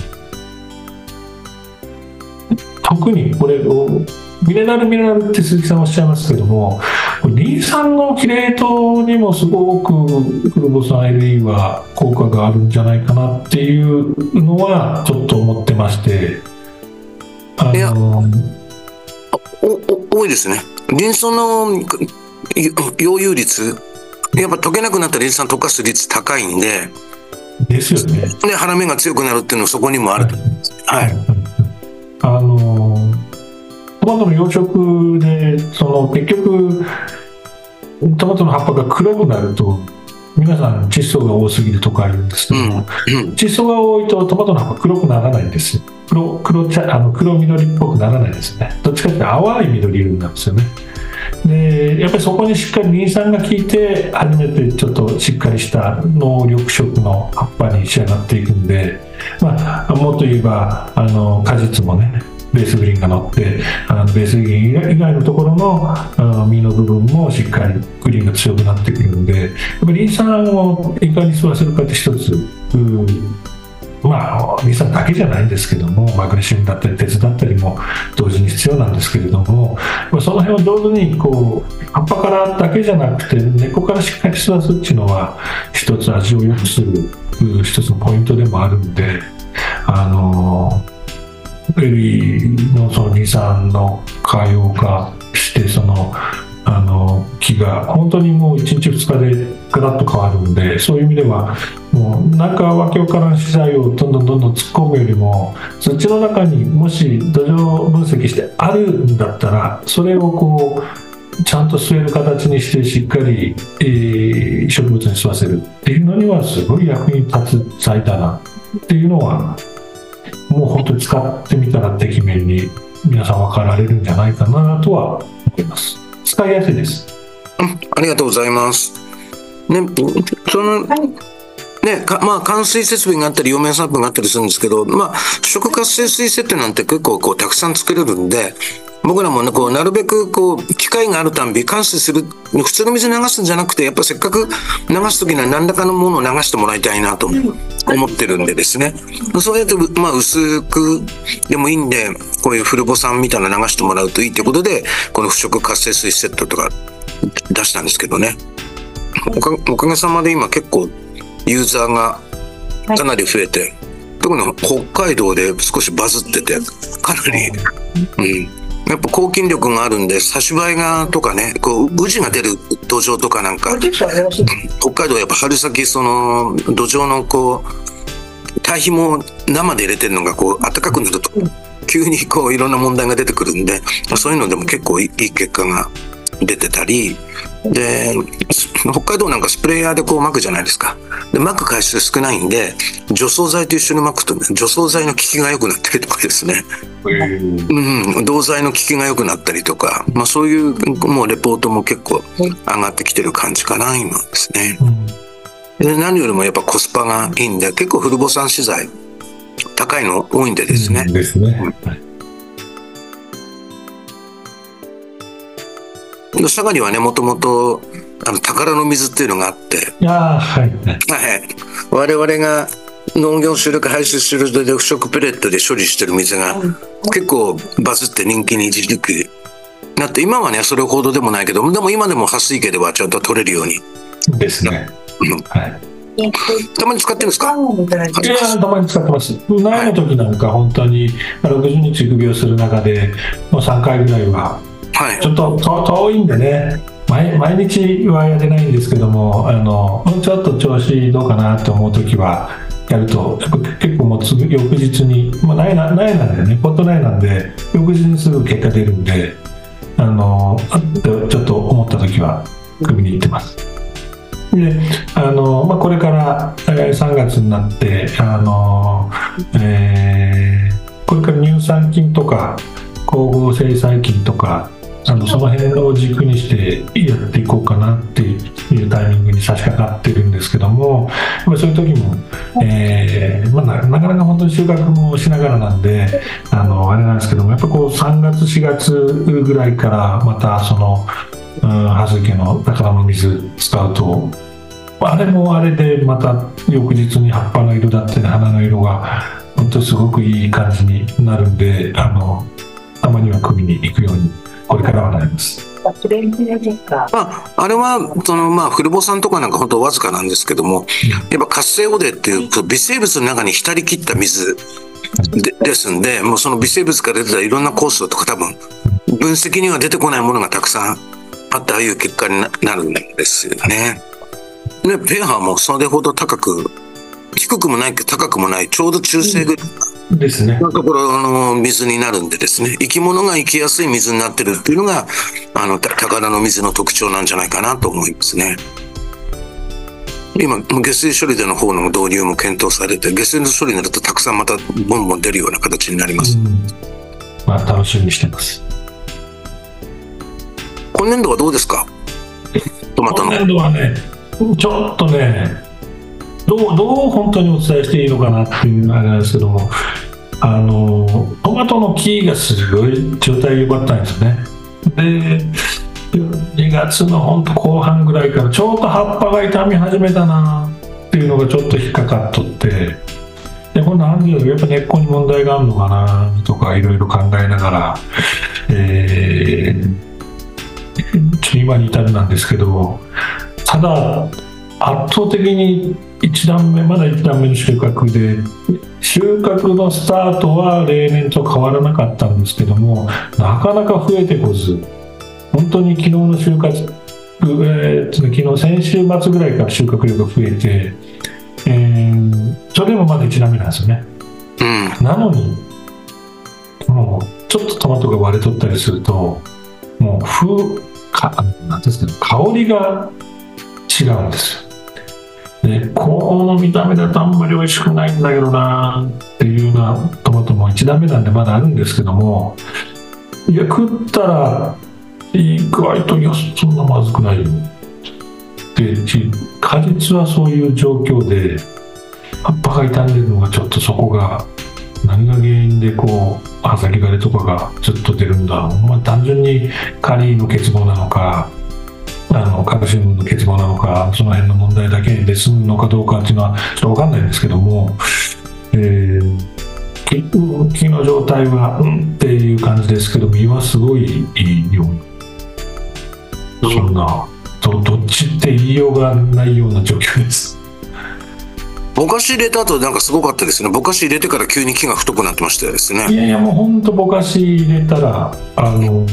特にこれをミネラルミネラルって鈴木さんおっしゃいますけども、リン酸のキレートにもすごくフルボ酸 エルイー は効果があるんじゃないかなっていうのはちょっと思ってまして、あのいやおお多いですね。リン酸の溶融率、やっぱ溶けなくなったリン酸溶かす率高いんで、 ですよね。 で腹目が強くなるっていうのはそこにもあると思います。はい。はい、 あのトマトの養殖でその結局トマトの葉っぱが黒くなると皆さん窒素が多すぎるとか言うんですけども、うんうん、窒素が多いとトマトの葉っぱ黒くならないんですよ。黒黒茶あの黒緑っぽくならないですね。どっちかというと淡い緑色になるんですよね。でやっぱりそこにしっかりリン酸が効いて初めてちょっとしっかりした濃緑色の葉っぱに仕上がっていくんで、まあ、もっと言えばあの果実もねベースグリーンが乗ってあのベースグリーン以外のところ の, あの実の部分もしっかりグリーンが強くなってくるんで、やっぱりリン酸をいかに吸わせるかって一つ、まあリン酸だけじゃないんですけども、マグネシウムだったり鉄だったりも同時に必要なんですけれども、その辺を上手にこう葉っぱからだけじゃなくて根っこからしっかり吸わすっていうのは一つ味を良くする一つのポイントでもあるんで、あのエルイー のそのリン酸の可用化してそのあの木が本当にもういちにちふつかでガラッと変わるんで、そういう意味ではもうなんかわけわからん資材をどんどんどんどん突っ込むよりも、土の中にもし土壌分析してあるんだったらそれをこうちゃんと吸える形にしてしっかり、えー、植物に吸わせるっていうのにはすごい役に立つ材だなっていうのは、もう本当に使ってみたらてきめんに皆さん分かられるんじゃないかなとは思います。使いやすいです。 ありがとうございます。ね、そのね、まあ冠水設備があったり葉面散布があったりするんですけど、まあ食活性水セットなんて結構こうたくさん作れるんで、僕らもねこうなるべくこう機会があるたんび冠水する、普通の水流すんじゃなくて、やっぱせっかく流す時には何らかのものを流してもらいたいなと思ってるんでですね、そうやってまあ薄くでもいいんで、こういうフルボ酸みたいなの流してもらうといいということで、この不織活性水セットとか出したんですけどね、おか、おかげさまで今結構ユーザーがかなり増えて、はい、特に北海道で少しバズっててかなり、うん、やっぱ抗菌力があるんで、差し映えがとかね、こうウジが出る土壌とかなんか、北海道はやっぱ春先その土壌のこう堆肥も生で入れてるのがこう暖かくなると急にこういろんな問題が出てくるんで、そういうのでも結構いい結果が出てたりで、北海道なんかスプレーヤーでこう撒くじゃないですか。で撒く回数少ないんで除草剤と一緒に撒くとね、除草剤の効きが良くなったりとかですね、うん、銅剤の効きが良くなったりとか、まあ、そういうもうレポートも結構上がってきてる感じかな今ですね、うん、で何よりもやっぱコスパがいいんで結構フルボサン資材高いの多いんでですね、 うん、ですね、うん、 佐賀にはねもともとあの宝の水っていうのがあって、 あ、はいはい、 我々が農業収録排出収録で腐食ペレットで処理してる水が結構バズって人気に一時期なって、今はねそれほどでもないけど、でも今でも蓮池ではちゃんと取れるようにですね、うん、はい、 たまに使ってるんですか？いや、たまに使ってます。苗の時なんか本当にろくじゅうにち育苗する中でもうさんかいぐらいは、はい、ちょっと遠いんでね、毎, 毎日はやれないんですけども、あのちょっと調子どうかなと思う時はやるとやっぱ結構もうすぐ翌日に、まあ、苗, な苗なんでね、ポット苗なんで翌日にすぐ結果出るんで、あのちょっと思った時は首にいってます。であのまあ、これから、えー、さんがつになってあの、えー、これから乳酸菌とか光合成細菌とかあのその辺を軸にしてやっていこうかなっていうタイミングに差し掛かってるんですけども、そういう時も、えーまあ、な, なかなか本当に収穫もしながらなんで あ, のあれなんですけども、やっぱこうさんがつしがつぐらいからまたその蓮池の宝の水使うと、あれもあれでまた翌日に葉っぱの色だったり花の色が本当にすごくいい感じになるんで、あのたまには首に行くようにこれからはなります。 まあ、あれはその、まあ、フルボ酸とかなんか本当わずかなんですけども、うん、やっぱ活性汚泥っていう微生物の中に浸り切った水 で, ですんで、もうその微生物から出てたいろんな酵素とか多分分析には出てこないものがたくさんあって、ああいう結果に な, なるんですよね。で pH もそれほど高く低くもないけど高くもない、ちょうど中性ぐらいですね。 のところの水になるんでですね、生き物が生きやすい水になってるっていうのがあの宝の水の特徴なんじゃないかなと思いますね。今下水処理での方の導入も検討されて、下水の処理になるとたくさんまたボンボン出るような形になります。 うん、まあ、楽しみにしてます。 今年度はどうですか？トマトの。 今年度はね、ちょっとね、どう、どう本当にお伝えしていいのかなっていうあれなんですけども、あのトマトの木がすごい状態良かったんですよね。でにがつの本当後半ぐらいからちょっと葉っぱが傷み始めたなっていうのがちょっと引っかかっとって、でこれなんでやっぱ根っこに問題があるのかなとかいろいろ考えながら、えー、ちょっと今に至るなんですけど、ただ圧倒的にいちだんめ、まだいちだんめの収穫で、収穫のスタートは例年と変わらなかったんですけども、なかなか増えてこず、本当に昨日の収穫、えー、昨日先週末ぐらいから収穫量が増えて、えー、それでもまだいちだんめなんですよね。 うん、 なのにもうちょっとトマトが割れとったりすると、もう風かなんですけど香りが違うんですよ。でこの見た目だとあんまり美味しくないんだけどなっていうようなトマトもいちだんめなんでまだあるんですけども、いや食ったら意外といやそんなまずくないよで、果実はそういう状況で葉っぱが傷んでるのがちょっとそこが何が原因でこう葉先枯れとかがずっと出るんだろう、まあ、単純にカリの欠乏なのかあのカルシウムの欠乏なのか、その辺の問題だけで済むのかどうかっていうのはちょっと分かんないんですけども、えー、木, 木の状態はうんっていう感じですけど、実はすごいいいような、そんな ど, どっちって言いようがないような状況です。 ぼかし入れた後なんかすごかったですね。ぼかし入れてから急に木が太くなってましたですね。 いやいやもうほんとぼかし入れたらあの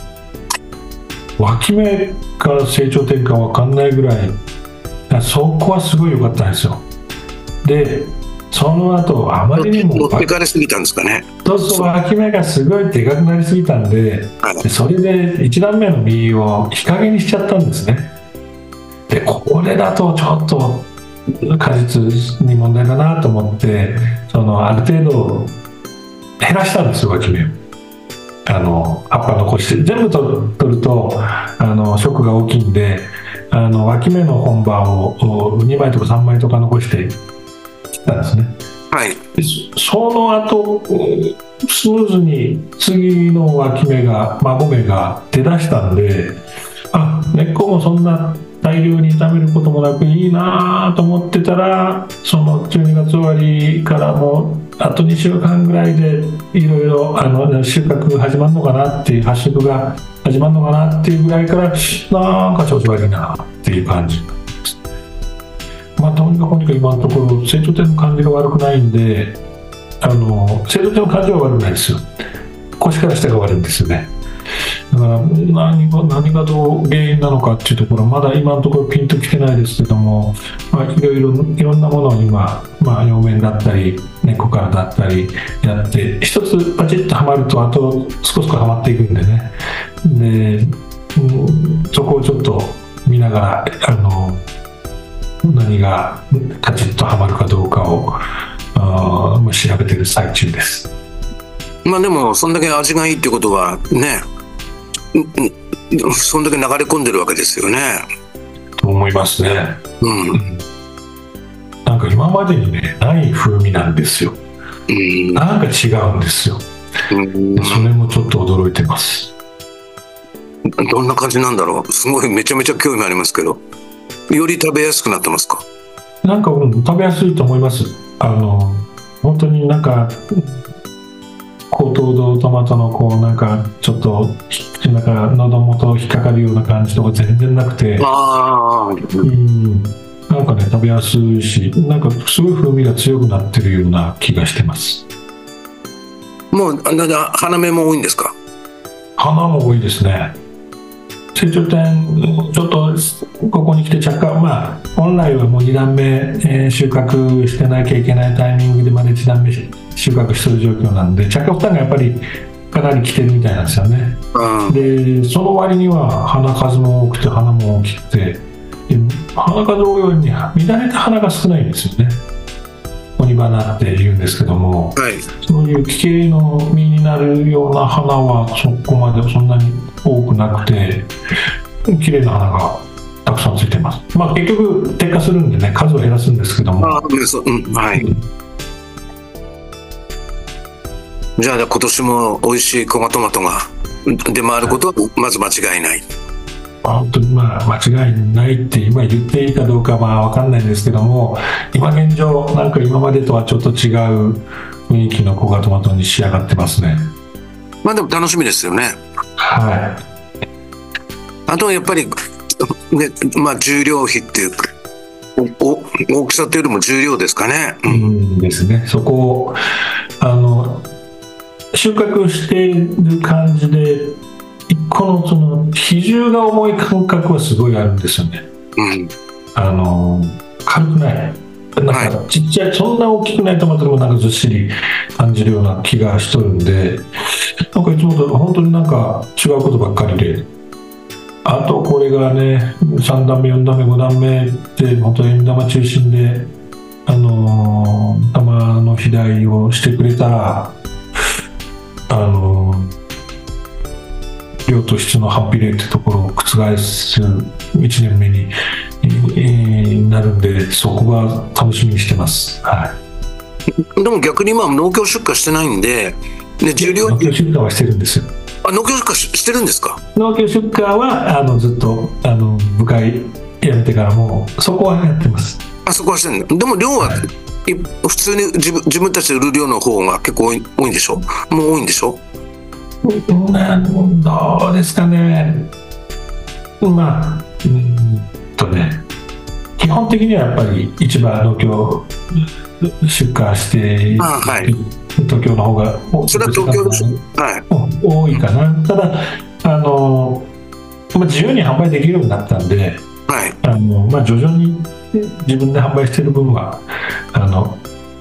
脇芽から成長点か分かんないぐらい、そこはすごい良かったんですよ。でその後あまりにも持ってかれすぎたんですかね。 そうそう、脇芽がすごいでかくなりすぎたんで、 はい、 でそれでいち段目の実を日陰にしちゃったんですね。でこれだとちょっと果実に問題だなと思って、そのある程度減らしたんですよ、脇芽を。あの葉っぱ残して全部と取るとあのショックが大きいんで、あの脇芽の本葉をにまいとかさんまいとか残して切ったんですね。 はい、 でその後スムーズに次の脇芽が孫芽が出だしたんで、あ、根っこもそんな大量に傷めることもなくいいなと思ってたら、そのじゅうにがつ終わりからもうあとにしゅうかんぐらいでいろいろあの収穫が始まるのかなっていう、発色が始まるのかなっていうぐらいから、なんか調子悪いなっていう感じ。まあとにかくとにかく今のところ成長点の感じが悪くないんで、あの成長点の感じは悪くないですよ。腰から下が悪いんですよね。だから何が何がどう原因なのかっていうところはまだ今のところピンときてないですけども、まあ、いろいろいろんなものを今、まあ、葉面だったり根っこからだったりやって一つパチッとはまるとあと少しはまっていくんでね。で、うん、そこをちょっと見ながらあの何がカチッとはまるかどうかをあ調べてる最中です。 まあでもそんだけ味がいいってことはね、そんだけ流れ込んでるわけですよね。 と思いますね。うん。なんか今までにねない風味なんですよ。うん、なんか違うんですよ。うん、それもちょっと驚いてます。 どんな感じなんだろう。すごいめちゃめちゃ興味ありますけど、より食べやすくなってますか？ なんか、うん、食べやすいと思います。あの本当になんか高糖度トマトのこうなんかちょっとなんか喉元引っかかるような感じとか全然なくて、あ、うん、なんかね食べやすいし、なんかすごい風味が強くなってるような気がしてます。 もうなんか花芽も多いんですか？ 花も多いですね。成長点ちょっとここに来て着火、まあ本来はもうに段目、えー、収穫してなきゃいけないタイミングでまでいち段目収穫してる状況なんで、着火負担がやっぱりかなり来てるみたいなんですよね。うん、でその割には花数も多くて花も大きくて、花数多いように乱れた花が少ないんですよね。鬼花って言うんですけども、はい、そういう奇形の実になるような花はそこまでそんなに多くなくて、綺麗な花がたくさんついてます。まあ結局低下するんでね、数を減らすんですけども。あ、そう、うん、はい。うん、 じゃあ今年も美味しい小賀トマトが出回ることはまず間違いない。 本当にまあ間違いないって今言っていいかどうかまあ分かんないんですけども、今現状なんか今までとはちょっと違う雰囲気の小賀トマトに仕上がってますね。 まあでも楽しみですよね。 はい。 あとはやっぱり、ね、まあ重量比っていうかお大きさというよりも重量ですかね。 うん、うんですね。そこをあの収穫している感じでこのその比重が重い感覚はすごいあるんですよね。うん、あの軽くない、なんかちっちゃい、はい、そんな大きくないトマトでもなんかずっしり感じるような気がしとるんで、なんかいつもと本当になんか違うことばっかりで、あとこれがねさん段目よん段目ご段目って本当に円玉中心であのー、玉の肥大をしてくれたら、あのー量と質の反比例というところを覆すいちねんめに、えー、なるんで、そこが楽しみにしてます、はい、 でも逆に今農協出荷してないんで、ね、重量農協出荷はしてるんですよ。 あ、農協出荷してるんですか？ 農協出荷はあのずっとあの部会辞めてからもそこはやってます。 あ、そこはしてるんだ。でも量は、はい、普通に自分、自分たちで売る量の方が結構多い、多いんでしょ？もう多いんでしょ？ うんどうですかね。まあうんとね基本的にはやっぱり市場農協出荷してあ、はい、 東京の方がそれは東京です、はい、 多いかな。ただあの、まあ、自由に販売できるようになったんで、はい、あのまあ、徐々に自分で販売している分はあの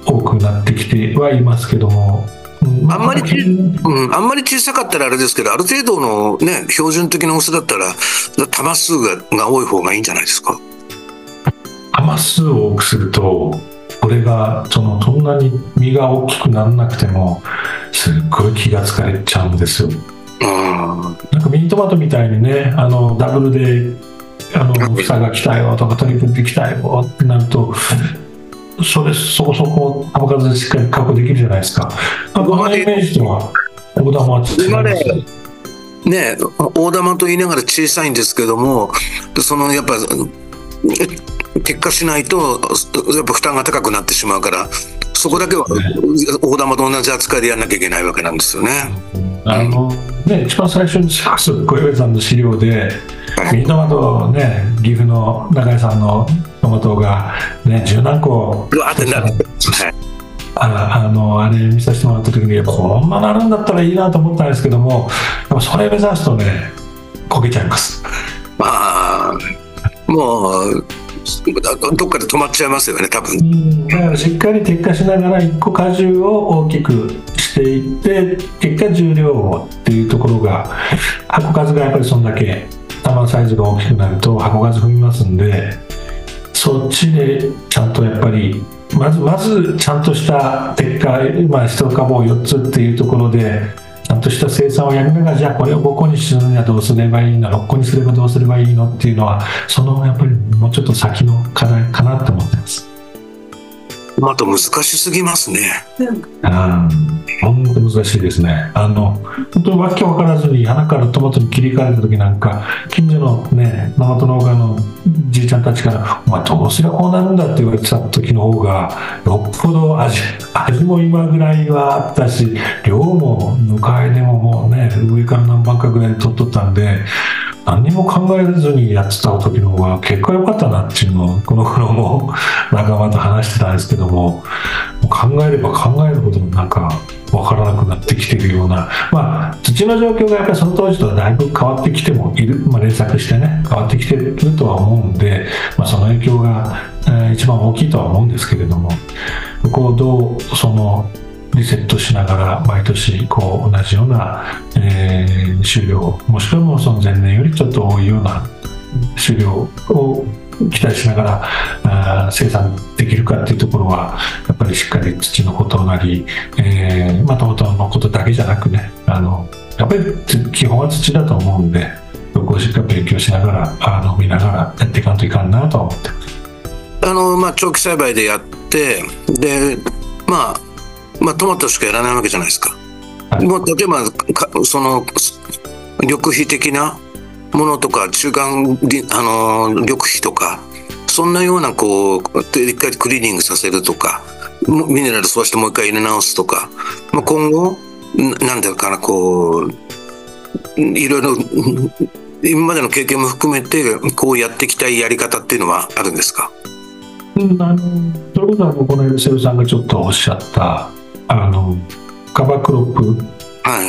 多くなってきてはいますけども、うん、 あんまり、うん、あんまり小さかったらあれですけど、ある程度のね、標準的な大きさだったら、玉数が、が多い方がいいんじゃないですか。 玉数を多くすると、これがそのそんなに実が大きくならなくても、すっごい気が疲れちゃうんですよ。なんかミニトマトみたいにね、あのダブルであの房が来たよとかトリプルで来たよってなると、それそこそこ球数でしっかり確保できるじゃないですか。なんかあのイメージとは大玉は違いますね。大玉と言いながら小さいんですけども、そのやっぱ結果しないとやっぱ負担が高くなってしまうから、そこだけは大玉と同じ扱いでやらなきゃいけないわけなんですよね。 あのね、一番最初にすっごい上さんの資料で、ミニトマトね、岐阜の中井さんのトマトがね、十何個うわってなる、はい、 あ, あのあれ見させてもらった時に、こんななるんだったらいいなと思ったんですけども、やっぱそれ目指すとね、こけちゃいます。 まあもうどっかで止まっちゃいますよね、多分。 うんだからしっかり摘果しながら一個果汁を大きくしていって、結果重量をっていうところが、箱数がやっぱりそんだけ玉サイズが大きくなると箱数踏みますんで、そっちでちゃんとやっぱりまずまずちゃんとした摘果、まあ一株をよっつっていうところでちゃんとした生産をやりながら、じゃあこれをごこにするにはどうすればいいの、ろっこにすればどうすればいいのっていうのは、そのやっぱりもうちょっと先の課題かなと思ってます。 あと難しすぎますね。 うん、本当に難しいですね。あの本当にわけわからずに花からトマトに切り替えた時なんか、近所のねトマト農家のじいちゃんたちから「お前どうすりゃこうなるんだ」って言われてた時の方がよっぽど味味も今ぐらいはあったし、量も迎えでももうね上から何番かぐらいで取っとったんで、何にも考えずにやってた時の方が結果良かったなっていうのをこの頃も仲間と話してたんですけども、考えれば考えるほどなんか分からなくなってきてるような、まあ土の状況がやっぱりその当時とはだいぶ変わってきてもいる、まあ、連作してね変わってきてるとは思うんで、まあ、その影響が、えー、一番大きいとは思うんですけれども、ここをどうそのリセットしながら毎年こう同じような、えー、収量、もしくはもうその前年よりちょっと多いような収量を期待しながらあ生産できるかっていうところは、やっぱりしっかり土のことなり、えーまあ、トマトのことだけじゃなくね、あのやっぱり基本は土だと思うんで、そこをしっかり勉強しながらあの見ながらやっていかんといかんなとは思ってます。 あの、まあ、長期栽培でやってで、まあまあ、トマトしかやらないわけじゃないですか。はい、もう例えばその緑肥的なものとか中間あの緑肥とか、そんなようなこう一回クリーニングさせるとか、ミネラル吸わしてもう一回入れ直すとか、まあ、今後なんだかなこういろいろ今までの経験も含めてこうやっていきたいやり方っていうのはあるんですか？ うん、あのそれこそこの間瀬尾さんがちょっとおっしゃったあのカバークロップ、はい、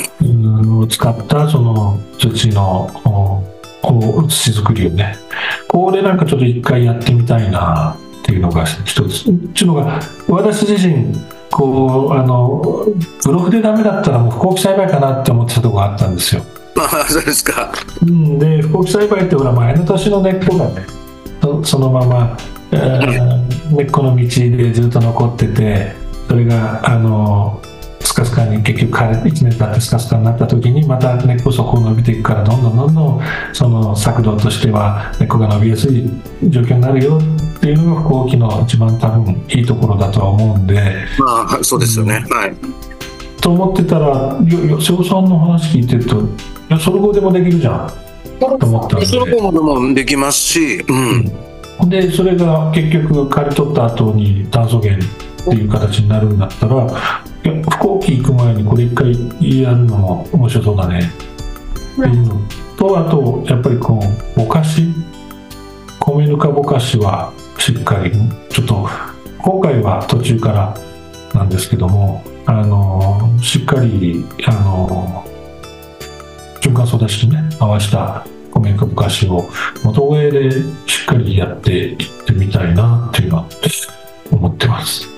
を使ったその土のこう土作りをね、これなんかちょっと一回やってみたいなっていうのが一つ。っていうのが私自身こうあのブログでダメだったらもう不耕起栽培かなって思ってたところがあったんですよ。 まあそうですか。 うん、で不耕起栽培ってほら前の年の根っこがね そ, そのまま、えー、根っこの道でずっと残ってて、それがあのスカスカに結局いちねん経ってスカスカになった時にまた根っこそこを伸びていくから、どんどんどんどんその作動としては根っこが伸びやすい状況になるよっていうのが不耕起の一番多分いいところだとは思うんで、 まあそうですよね、うん、はいと思ってたら、瀬尾さんの話聞いてると、いやソルゴでもできるじゃんと思ったんで、 ソルゴもできますし、 うん、でそれが結局刈り取った後に炭素源っていう形になるんだったら、いや不耕起行く前にこれ一回やるのも面白そうだねっていうのと、あとやっぱりこうぼかし、米ぬかぼかしはしっかりちょっと今回は途中からなんですけども、あのしっかりあの循環育ちにね合わせた米ぬかぼかしを元植えでしっかりやっていってみたいなっていうのは思ってます。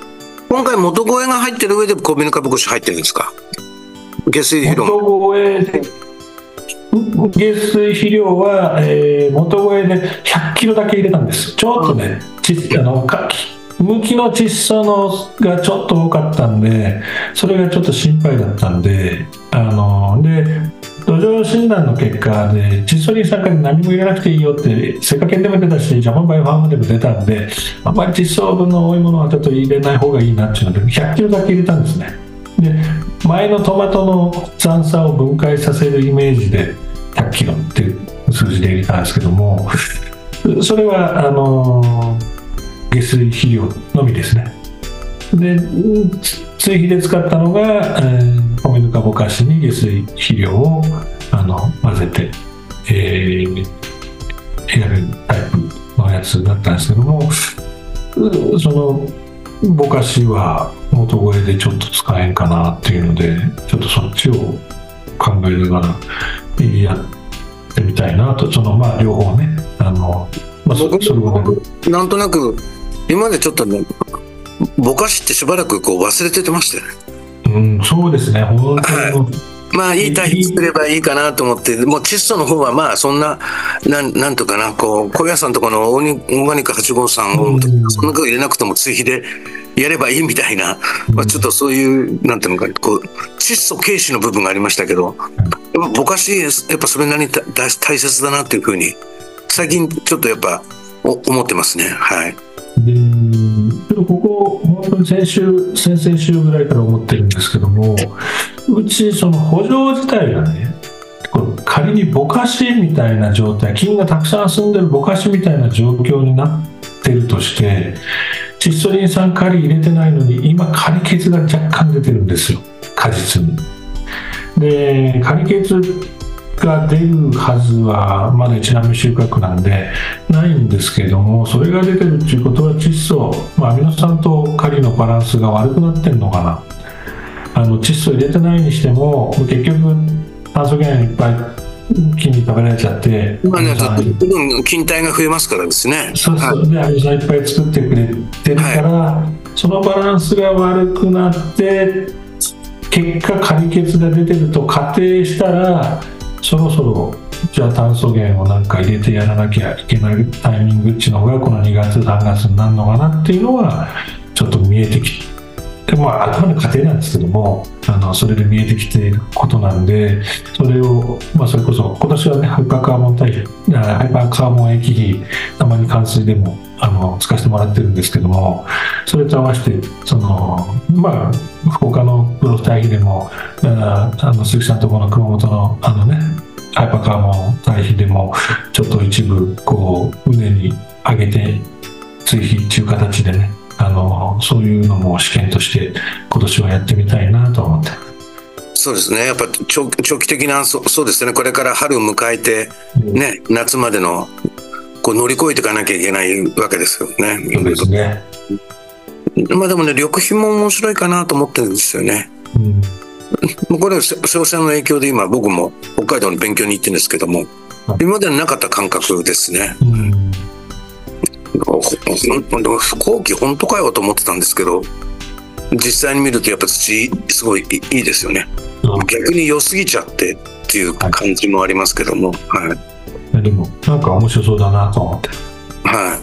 今回元肥が入ってる上で米ぬかぼこし入ってるんですか？下水肥料。 元肥で下水肥料は、えー、元肥でひゃっキロだけ入れたんです。ちょっとね、ちあのか向きの窒素のがちょっと多かったんで、それがちょっと心配だったんで、あので土壌診断の結果で窒素リン酸カリ何も入れなくていいよってセカケンでも出たし、ジャパンバイオファームでも出たんで、あんまり窒素分の多いものはちょっと入れない方がいいなっていうのでひゃっキロだけ入れたんですね。で前のトマトの残差を分解させるイメージでひゃっキロっていう数字で入れたんですけども、それはあの下水肥料のみですね。で追肥で使ったのが、えー、米ぬかぼかしに下水肥料をあの混ぜて、えー、やるタイプのやつだったんですけども、そのぼかしは元肥でちょっと使えんかなっていうので、ちょっとそっちを考えながらやってみたいなと。そのまあ両方ね、あの、まあ、そ, それをね、 なんとなく今までちょっとね、ぼかしってしばらくこう忘れててましたよね。 うん、そうですね、本当に、 はい、まあいい堆肥作ればいいかなと思って、もう窒素の方はまあそんな、なん、なんとかな、こう、小屋さんとこのオーガニックはちごさんを、うん、そんなこと入れなくても追肥でやればいいみたいな、うん、まあちょっとそういう、なんていうのか、こう、窒素軽視の部分がありましたけど、やっぱぼかし、やっぱそれなりに大切だなっていうふうに、最近ちょっとやっぱ思ってますね。はい。 でここ本当に先週先々週ぐらいから思ってるんですけども、うちその圃場自体がね、これ仮にぼかしみたいな状態、菌がたくさん住んでるぼかしみたいな状況になってるとして、窒素リン酸カリ入れてないのに今カリ欠が若干出てるんですよ、果実に。でカリ欠が出るはずはまだいちだんめ収穫なんでないんですけれども、それが出てるっていうことは窒素、まあ、アミノ酸とカリのバランスが悪くなってるのかな。あの窒素入れてないにしても結局炭素原いっぱい菌に食べられちゃって、 まあね、菌体が増えますからですね。 そうそう、はい、でアミノ酸いっぱい作ってくれてるから、はい、そのバランスが悪くなって結果カリ欠が出てると仮定したら、そろそろじゃあ炭素源をなんか入れてやらなきゃいけないタイミングっていうのがこのにがつさんがつになるのかなっていうのはちょっと見えてきて、まああくまで仮定なんですけども、あのそれで見えてきていることなんで、それをまあそれこそ今年はね、ハイパーカーボン堆肥、ハイパーカーボン液肥たまに冠水でもあの使わせてもらってるんですけども、それと合わせてそのまあ他のプロフ堆肥でも、ああの鈴木さんのところの熊本のあのねハイパーカーボン堆肥でもちょっと一部こう畝に上げて追肥っていう形でね、あのそういうのも試験として今年はやってみたいなと思って。 そうですね、やっぱ長, 長期的な そ, そうですね、これから春を迎えて、ね、うん、夏までのこう乗り越えていかなきゃいけないわけですよね。 そうですね。 まあでもね、緑肥も面白いかなと思ってるんですよね。うん、これは小生の影響で今僕も北海道に勉強に行ってるんですけども、今までになかった感覚ですね。うん、後期本当かよと思ってたんですけど、実際に見るとやっぱ土すごいいいですよね。うん、逆に良すぎちゃってっていう感じもありますけども、はいはい、 でもなんか面白そうだなと思って、 はい、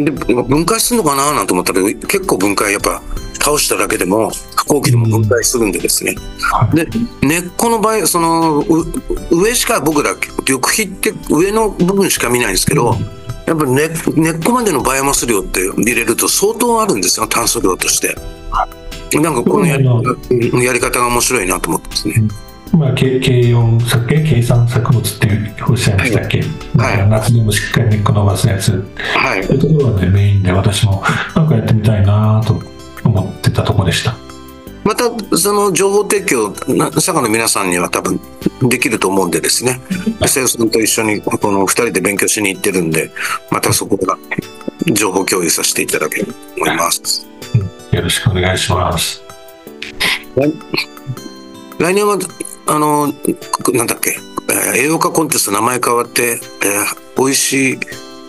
で分解するのかななんて思ったけど、結構分解やっぱ倒しただけでも後期でも分解するんでですね、うん、で根っこの場合その上しか僕ら緑肥って上の部分しか見ないんですけど、うん、やっぱり 根, 根っこまでのバイオマス量って入れると相当あるんですよ、炭素量として。なんかこの や, りやり方が面白いなと思ってますね。 うん、まあ、軽よん作系計算作物っておっしゃいましたっけ、はい、夏でもしっかり根っこ伸ばすやつ、はい、そういうところはねメインで私もなんかやってみたいなと思ってたところでした。 またその情報提供佐賀の皆さんには多分できると思うんでですね、生徒さんと一緒にこのふたりで勉強しに行ってるんで、またそこから情報共有させていただければと思います。 よろしくお願いします。 来年はあのなんだっけ、栄養価コンテスト名前変わって、えー、おいしい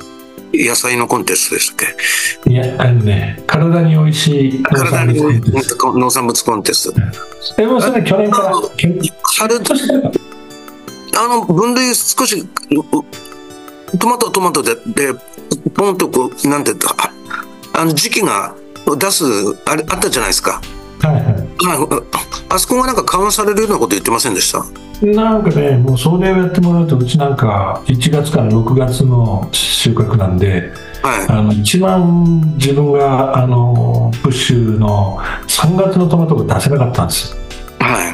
野菜のコンテストでしたっけ？ いや、あのね、体に美味しい体に美味しい農産物コンテスト。 でもそれ去年から春あの分類少しトマトはトマトででポンとこうなんてあの時期が出すあれあったじゃないですか。 はいはい、 あ, あそこがなんか緩和されるようなこと言ってませんでした？ なんかね、もうそれをやってもらうと、うちなんかいちがつからろくがつの収穫なんで、はい、あの一番自分があのプッシュのさんがつのトマトが出せなかったんです。 はい、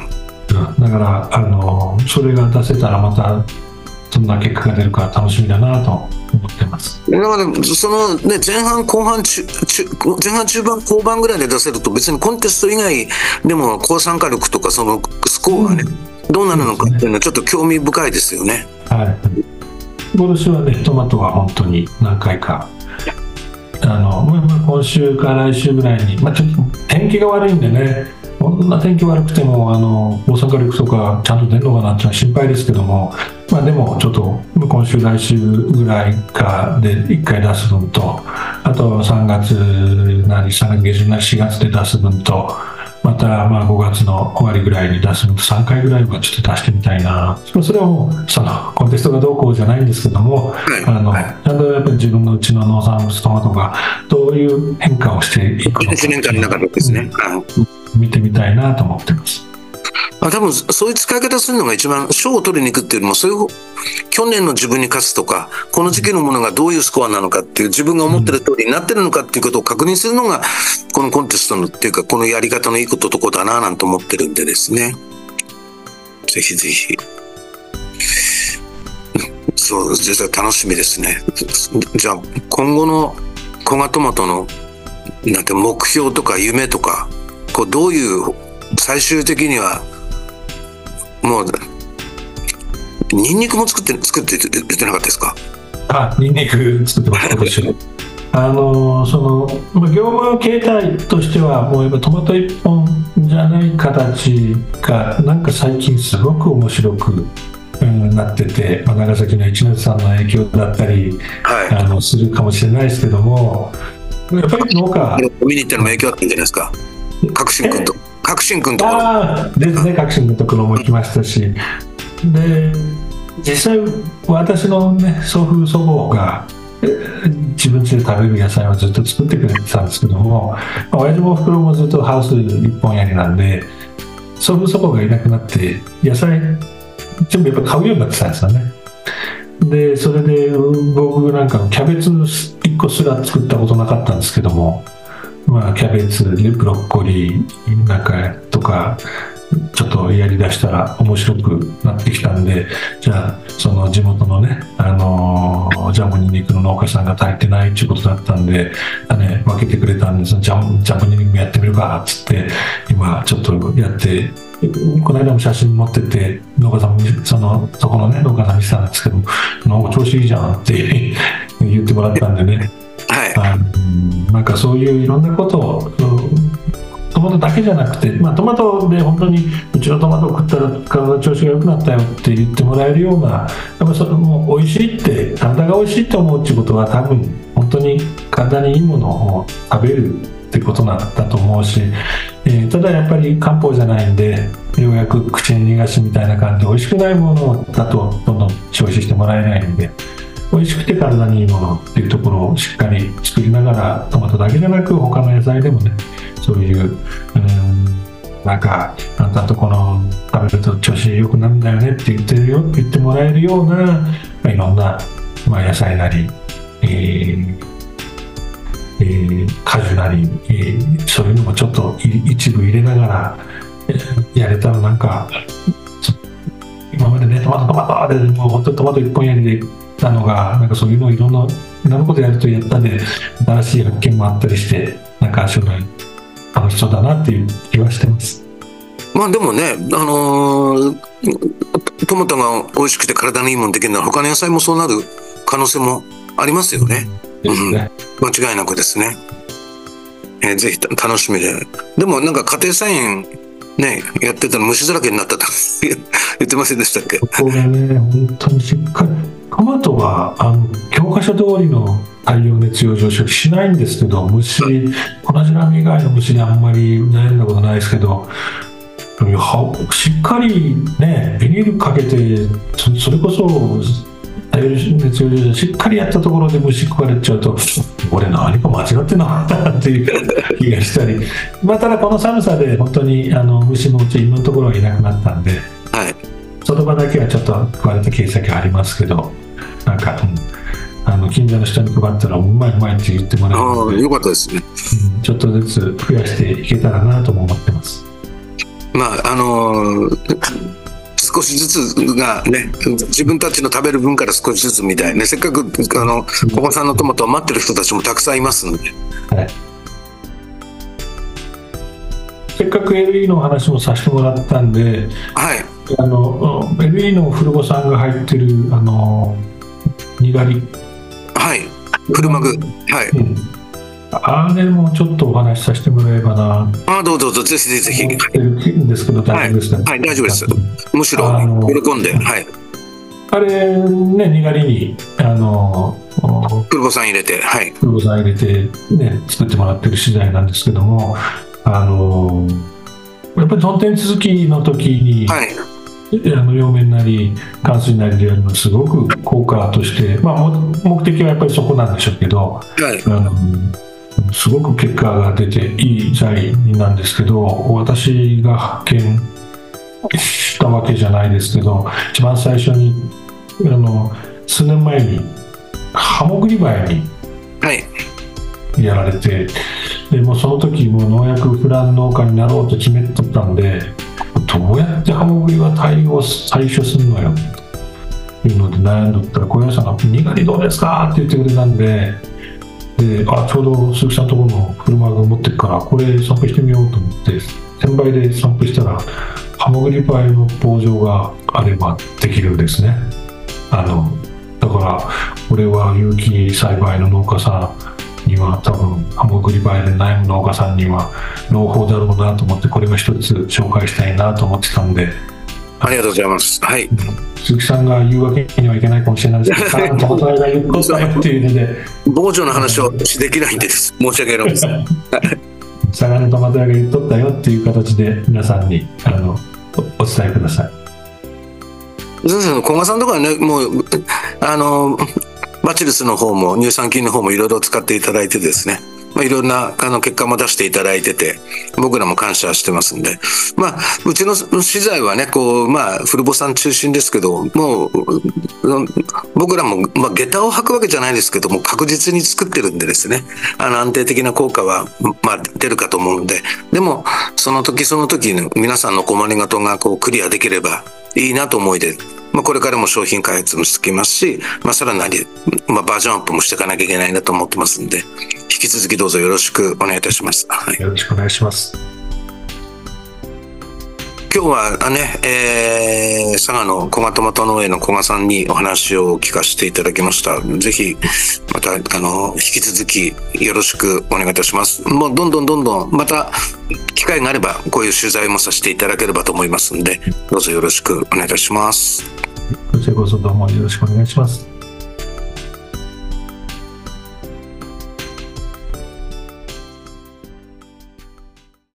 だからあのそれが出せたらまたどんな結果が出るか楽しみだなと思ってます。 だからその、ね、前半後半中中前半中盤後盤ぐらいで出せると別にコンテスト以外でも抗酸化力とかそのスコアがね、うん、どうなるのかっていうのはちょっと興味深いですよね。 はい、今年はねトマトは本当に何回かあの、まあ、今週か来週ぐらいに、まあ、ちょっと天気が悪いんでね、こんな天気悪くてもあの抗酸化力とかちゃんと出るのかなっていうのは心配ですけども、まあ、でもちょっと今週来週ぐらいかでいっかい出す分と、あとさんがつなりさんがつ下旬なりしがつで出す分と、またまあごがつの終わりぐらいに出す分とさんかいぐらいはちょっと出してみたいな。それはもうそのコンテストがどうこうじゃないんですけども、あのちゃんとやっぱり自分のうちの農産物トマトがどういう変化をしていくのかいちねんかんの中でですね、 うん、見てみたいなと思ってます。 あ、多分そういう使い方するのが一番賞を取りに行くっていうよりも、そういう去年の自分に勝つとかこの時期のものがどういうスコアなのかっていう自分が思ってる通りになってるのかっていうことを確認するのがこのコンテストのっていうかこのやり方のいいこととこだななんて思ってるんでですね、ぜひぜひそう実は楽しみですね。じゃあ今後の古賀トマトのなんて目標とか夢とかこうどういう最終的にはもうニンニクも作って作って言ってなかったですか？ あ、ニンニク作ってます今年。あのその業務形態としてはもうやっぱトマト一本じゃない形がなんか最近すごく面白く、うん、なってて、まあ、長崎の一ノ瀬さんの影響だったり、はい、あのするかもしれないですけども、やっぱり農家見に行ってのも影響あったんじゃないですか？革新君と革新君ところあですね、革新君のところも来ましたし、で実際私の、ね、祖父祖母が自分家で食べる野菜はずっと作ってくれてたんですけども、親父もおふくろもずっとハウス一本やりなんで、祖父祖母がいなくなって野菜全部やっぱ買うようになってたんですよね。でそれで僕なんかキャベツいっこすら作ったことなかったんですけども、まあ、キャベツブロッコリーなんかとかちょっとやりだしたら面白くなってきたんで、じゃあその地元のね、あのー、ジャンボニンニクの農家さんが足りてないっていうことだったんで、ね、分けてくれたんで、そのジャンジャンボニンニクもやってみるかっつって今ちょっとやって、この間も写真持ってて農家さんもそのそこのね農家さん見せたんですけど、なんか調子いいじゃんって言ってもらったんでね、 はい、 あなんかそういういろんなことをトマトだけじゃなくて、まあ、トマトで本当にうちのトマトを食ったら体調子が良くなったよって言ってもらえるような、やっぱそれも美味しいって体が美味しいと思うっていうことは多分本当に体にいいものを食べるってことなんだと思うし、えー、ただやっぱり漢方じゃないんでようやく口に逃がしみたいな感じで美味しくないものだとどんどん消費してもらえないんで、美味しくて体にいいものっていうところをしっかり作りながら、トマトだけじゃなく他の野菜でもね、そういう、うん、なんかあんたとこの食べると調子良くなるんだよねって言ってるよ言ってもらえるような、まあ、いろんな、まあ、野菜なり、えーえー、果樹なり、えー、そういうのもちょっと一部入れながら、えー、やれたらなんか今までねトマトトマトでもう本当にトマト一本やりでたのが、なんかそういうのをいろんないろんなことやるとやったで新しい発見もあったりして、なんか将来楽しそうだなっていう気はしてます。 まあでもね、あのー、トマトが美味しくて体にいいものできるなら他の野菜もそうなる可能性もありますよね。 ですね、 うん、間違いなくですね、えー、ぜひ楽しみで。でもなんか家庭菜園ねやってたら虫だらけになったと言ってませんでしたっけ？ ここがね本当にしっかりトマトはあの教科書通りの太陽熱養生処理しないんですけど、虫、同じラミ以外の虫にあんまり悩んだことないですけど、しっかりね、ビニールかけて、そ, それこそ太陽熱養生しっかりやったところで虫食われちゃうと、俺何か間違ってんのかなっていう気がしたり、まあ、ただこの寒さで本当にあの虫もうち今のところはいなくなったんで、 はい、 外場だけはちょっと食われた形跡ありますけど、なんか、うん、あの近所の人に配ったらうまいうまいって言ってもらえるので、 よかったですね、 うん、ちょっとずつ増やしていけたらなとも思ってます。 まああのー、少しずつがね、自分たちの食べる分から少しずつみたいね、せっかくあの古賀さんのトマトを待ってる人たちもたくさんいますので、はい、 せっかく エルイー の話もさせてもらったんで、 はい、 あの エルイー の古賀さんが入ってるあのにがり、 はい、フルマグ、はい、うん、 あれもちょっとお話しさせてもらえばな。 あ、どうぞどうぞ、ぜひぜひ。 思ってるんですけど、大丈夫ですかね。 はい、はい、大丈夫です。むしろ喜んで、はい。 あれね、にがりにあの黒子さん入れて、はい。 黒子さん入れてね、作ってもらってる資材なんですけども、あのやっぱり曇天続きの時に、はい、あの両面なり冠水なりでやるのすごく効果として、まあ、目的はやっぱりそこなんでしょうけど、はい、あのすごく結果が出ていい材なんですけど、私が発見したわけじゃないですけど、一番最初にあの数年前にハモグリバエにやられて、はい、でもうその時も農薬フラン農家になろうと決めとったんで、どうやってハモグリは対応最初するのよというので悩んどったら、小林さんが「にがりどうですか?」って言ってくれたんで、であちょうど鈴木さんのところの車が持ってるからこれ散布してみようと思って専売で散布したら、ハモグリバエの防除があればできるんですね。あのだからこれは有機栽培の農家さんには多分ハモグリバエで悩む農家さんには朗報だろうなと思って、これが一つ紹介したいなと思ってたんで。 ありがとうございます。はい。 鈴木さんが言うわけにはいけないかもしれないですけど、トマトが言うことだよっていうので、 防除の話をできないんです。申し訳ないです。 佐賀のトマト屋が言っとったよっていう形で皆さんにあの お, お伝えください。 そうですね、古賀さんとかはね、もうあのバチルスの方も乳酸菌の方もいろいろ使っていただいてですね、まあ、いろんなあの結果も出していただいてて、僕らも感謝してますんで、まあ、うちの資材はね、こう、まあ、古保さん中心ですけど、もう、僕らも、まあ、下駄を履くわけじゃないですけども、確実に作ってるんでですね、あの安定的な効果は、まあ、出るかと思うんで、でも、その時その時の皆さんの困りごとがこうクリアできればいいなと思いで、まあ、これからも商品開発もしてきますし、まあ、さらなり、まあ、バージョンアップもしていかなきゃいけないなと思ってますんで、引き続きどうぞよろしくお願いいたします。はい、 よろしくお願いします。 今日はね、えー、佐賀の古賀トマト農園の古賀さんにお話を聞かせていただきました。ぜひまたあの引き続きよろしくお願いいたします。もうどんどんどんどんまた機会があればこういう取材もさせていただければと思いますので、どうぞよろしくお願いいたします。 こちらこそどうもよろしくお願いします。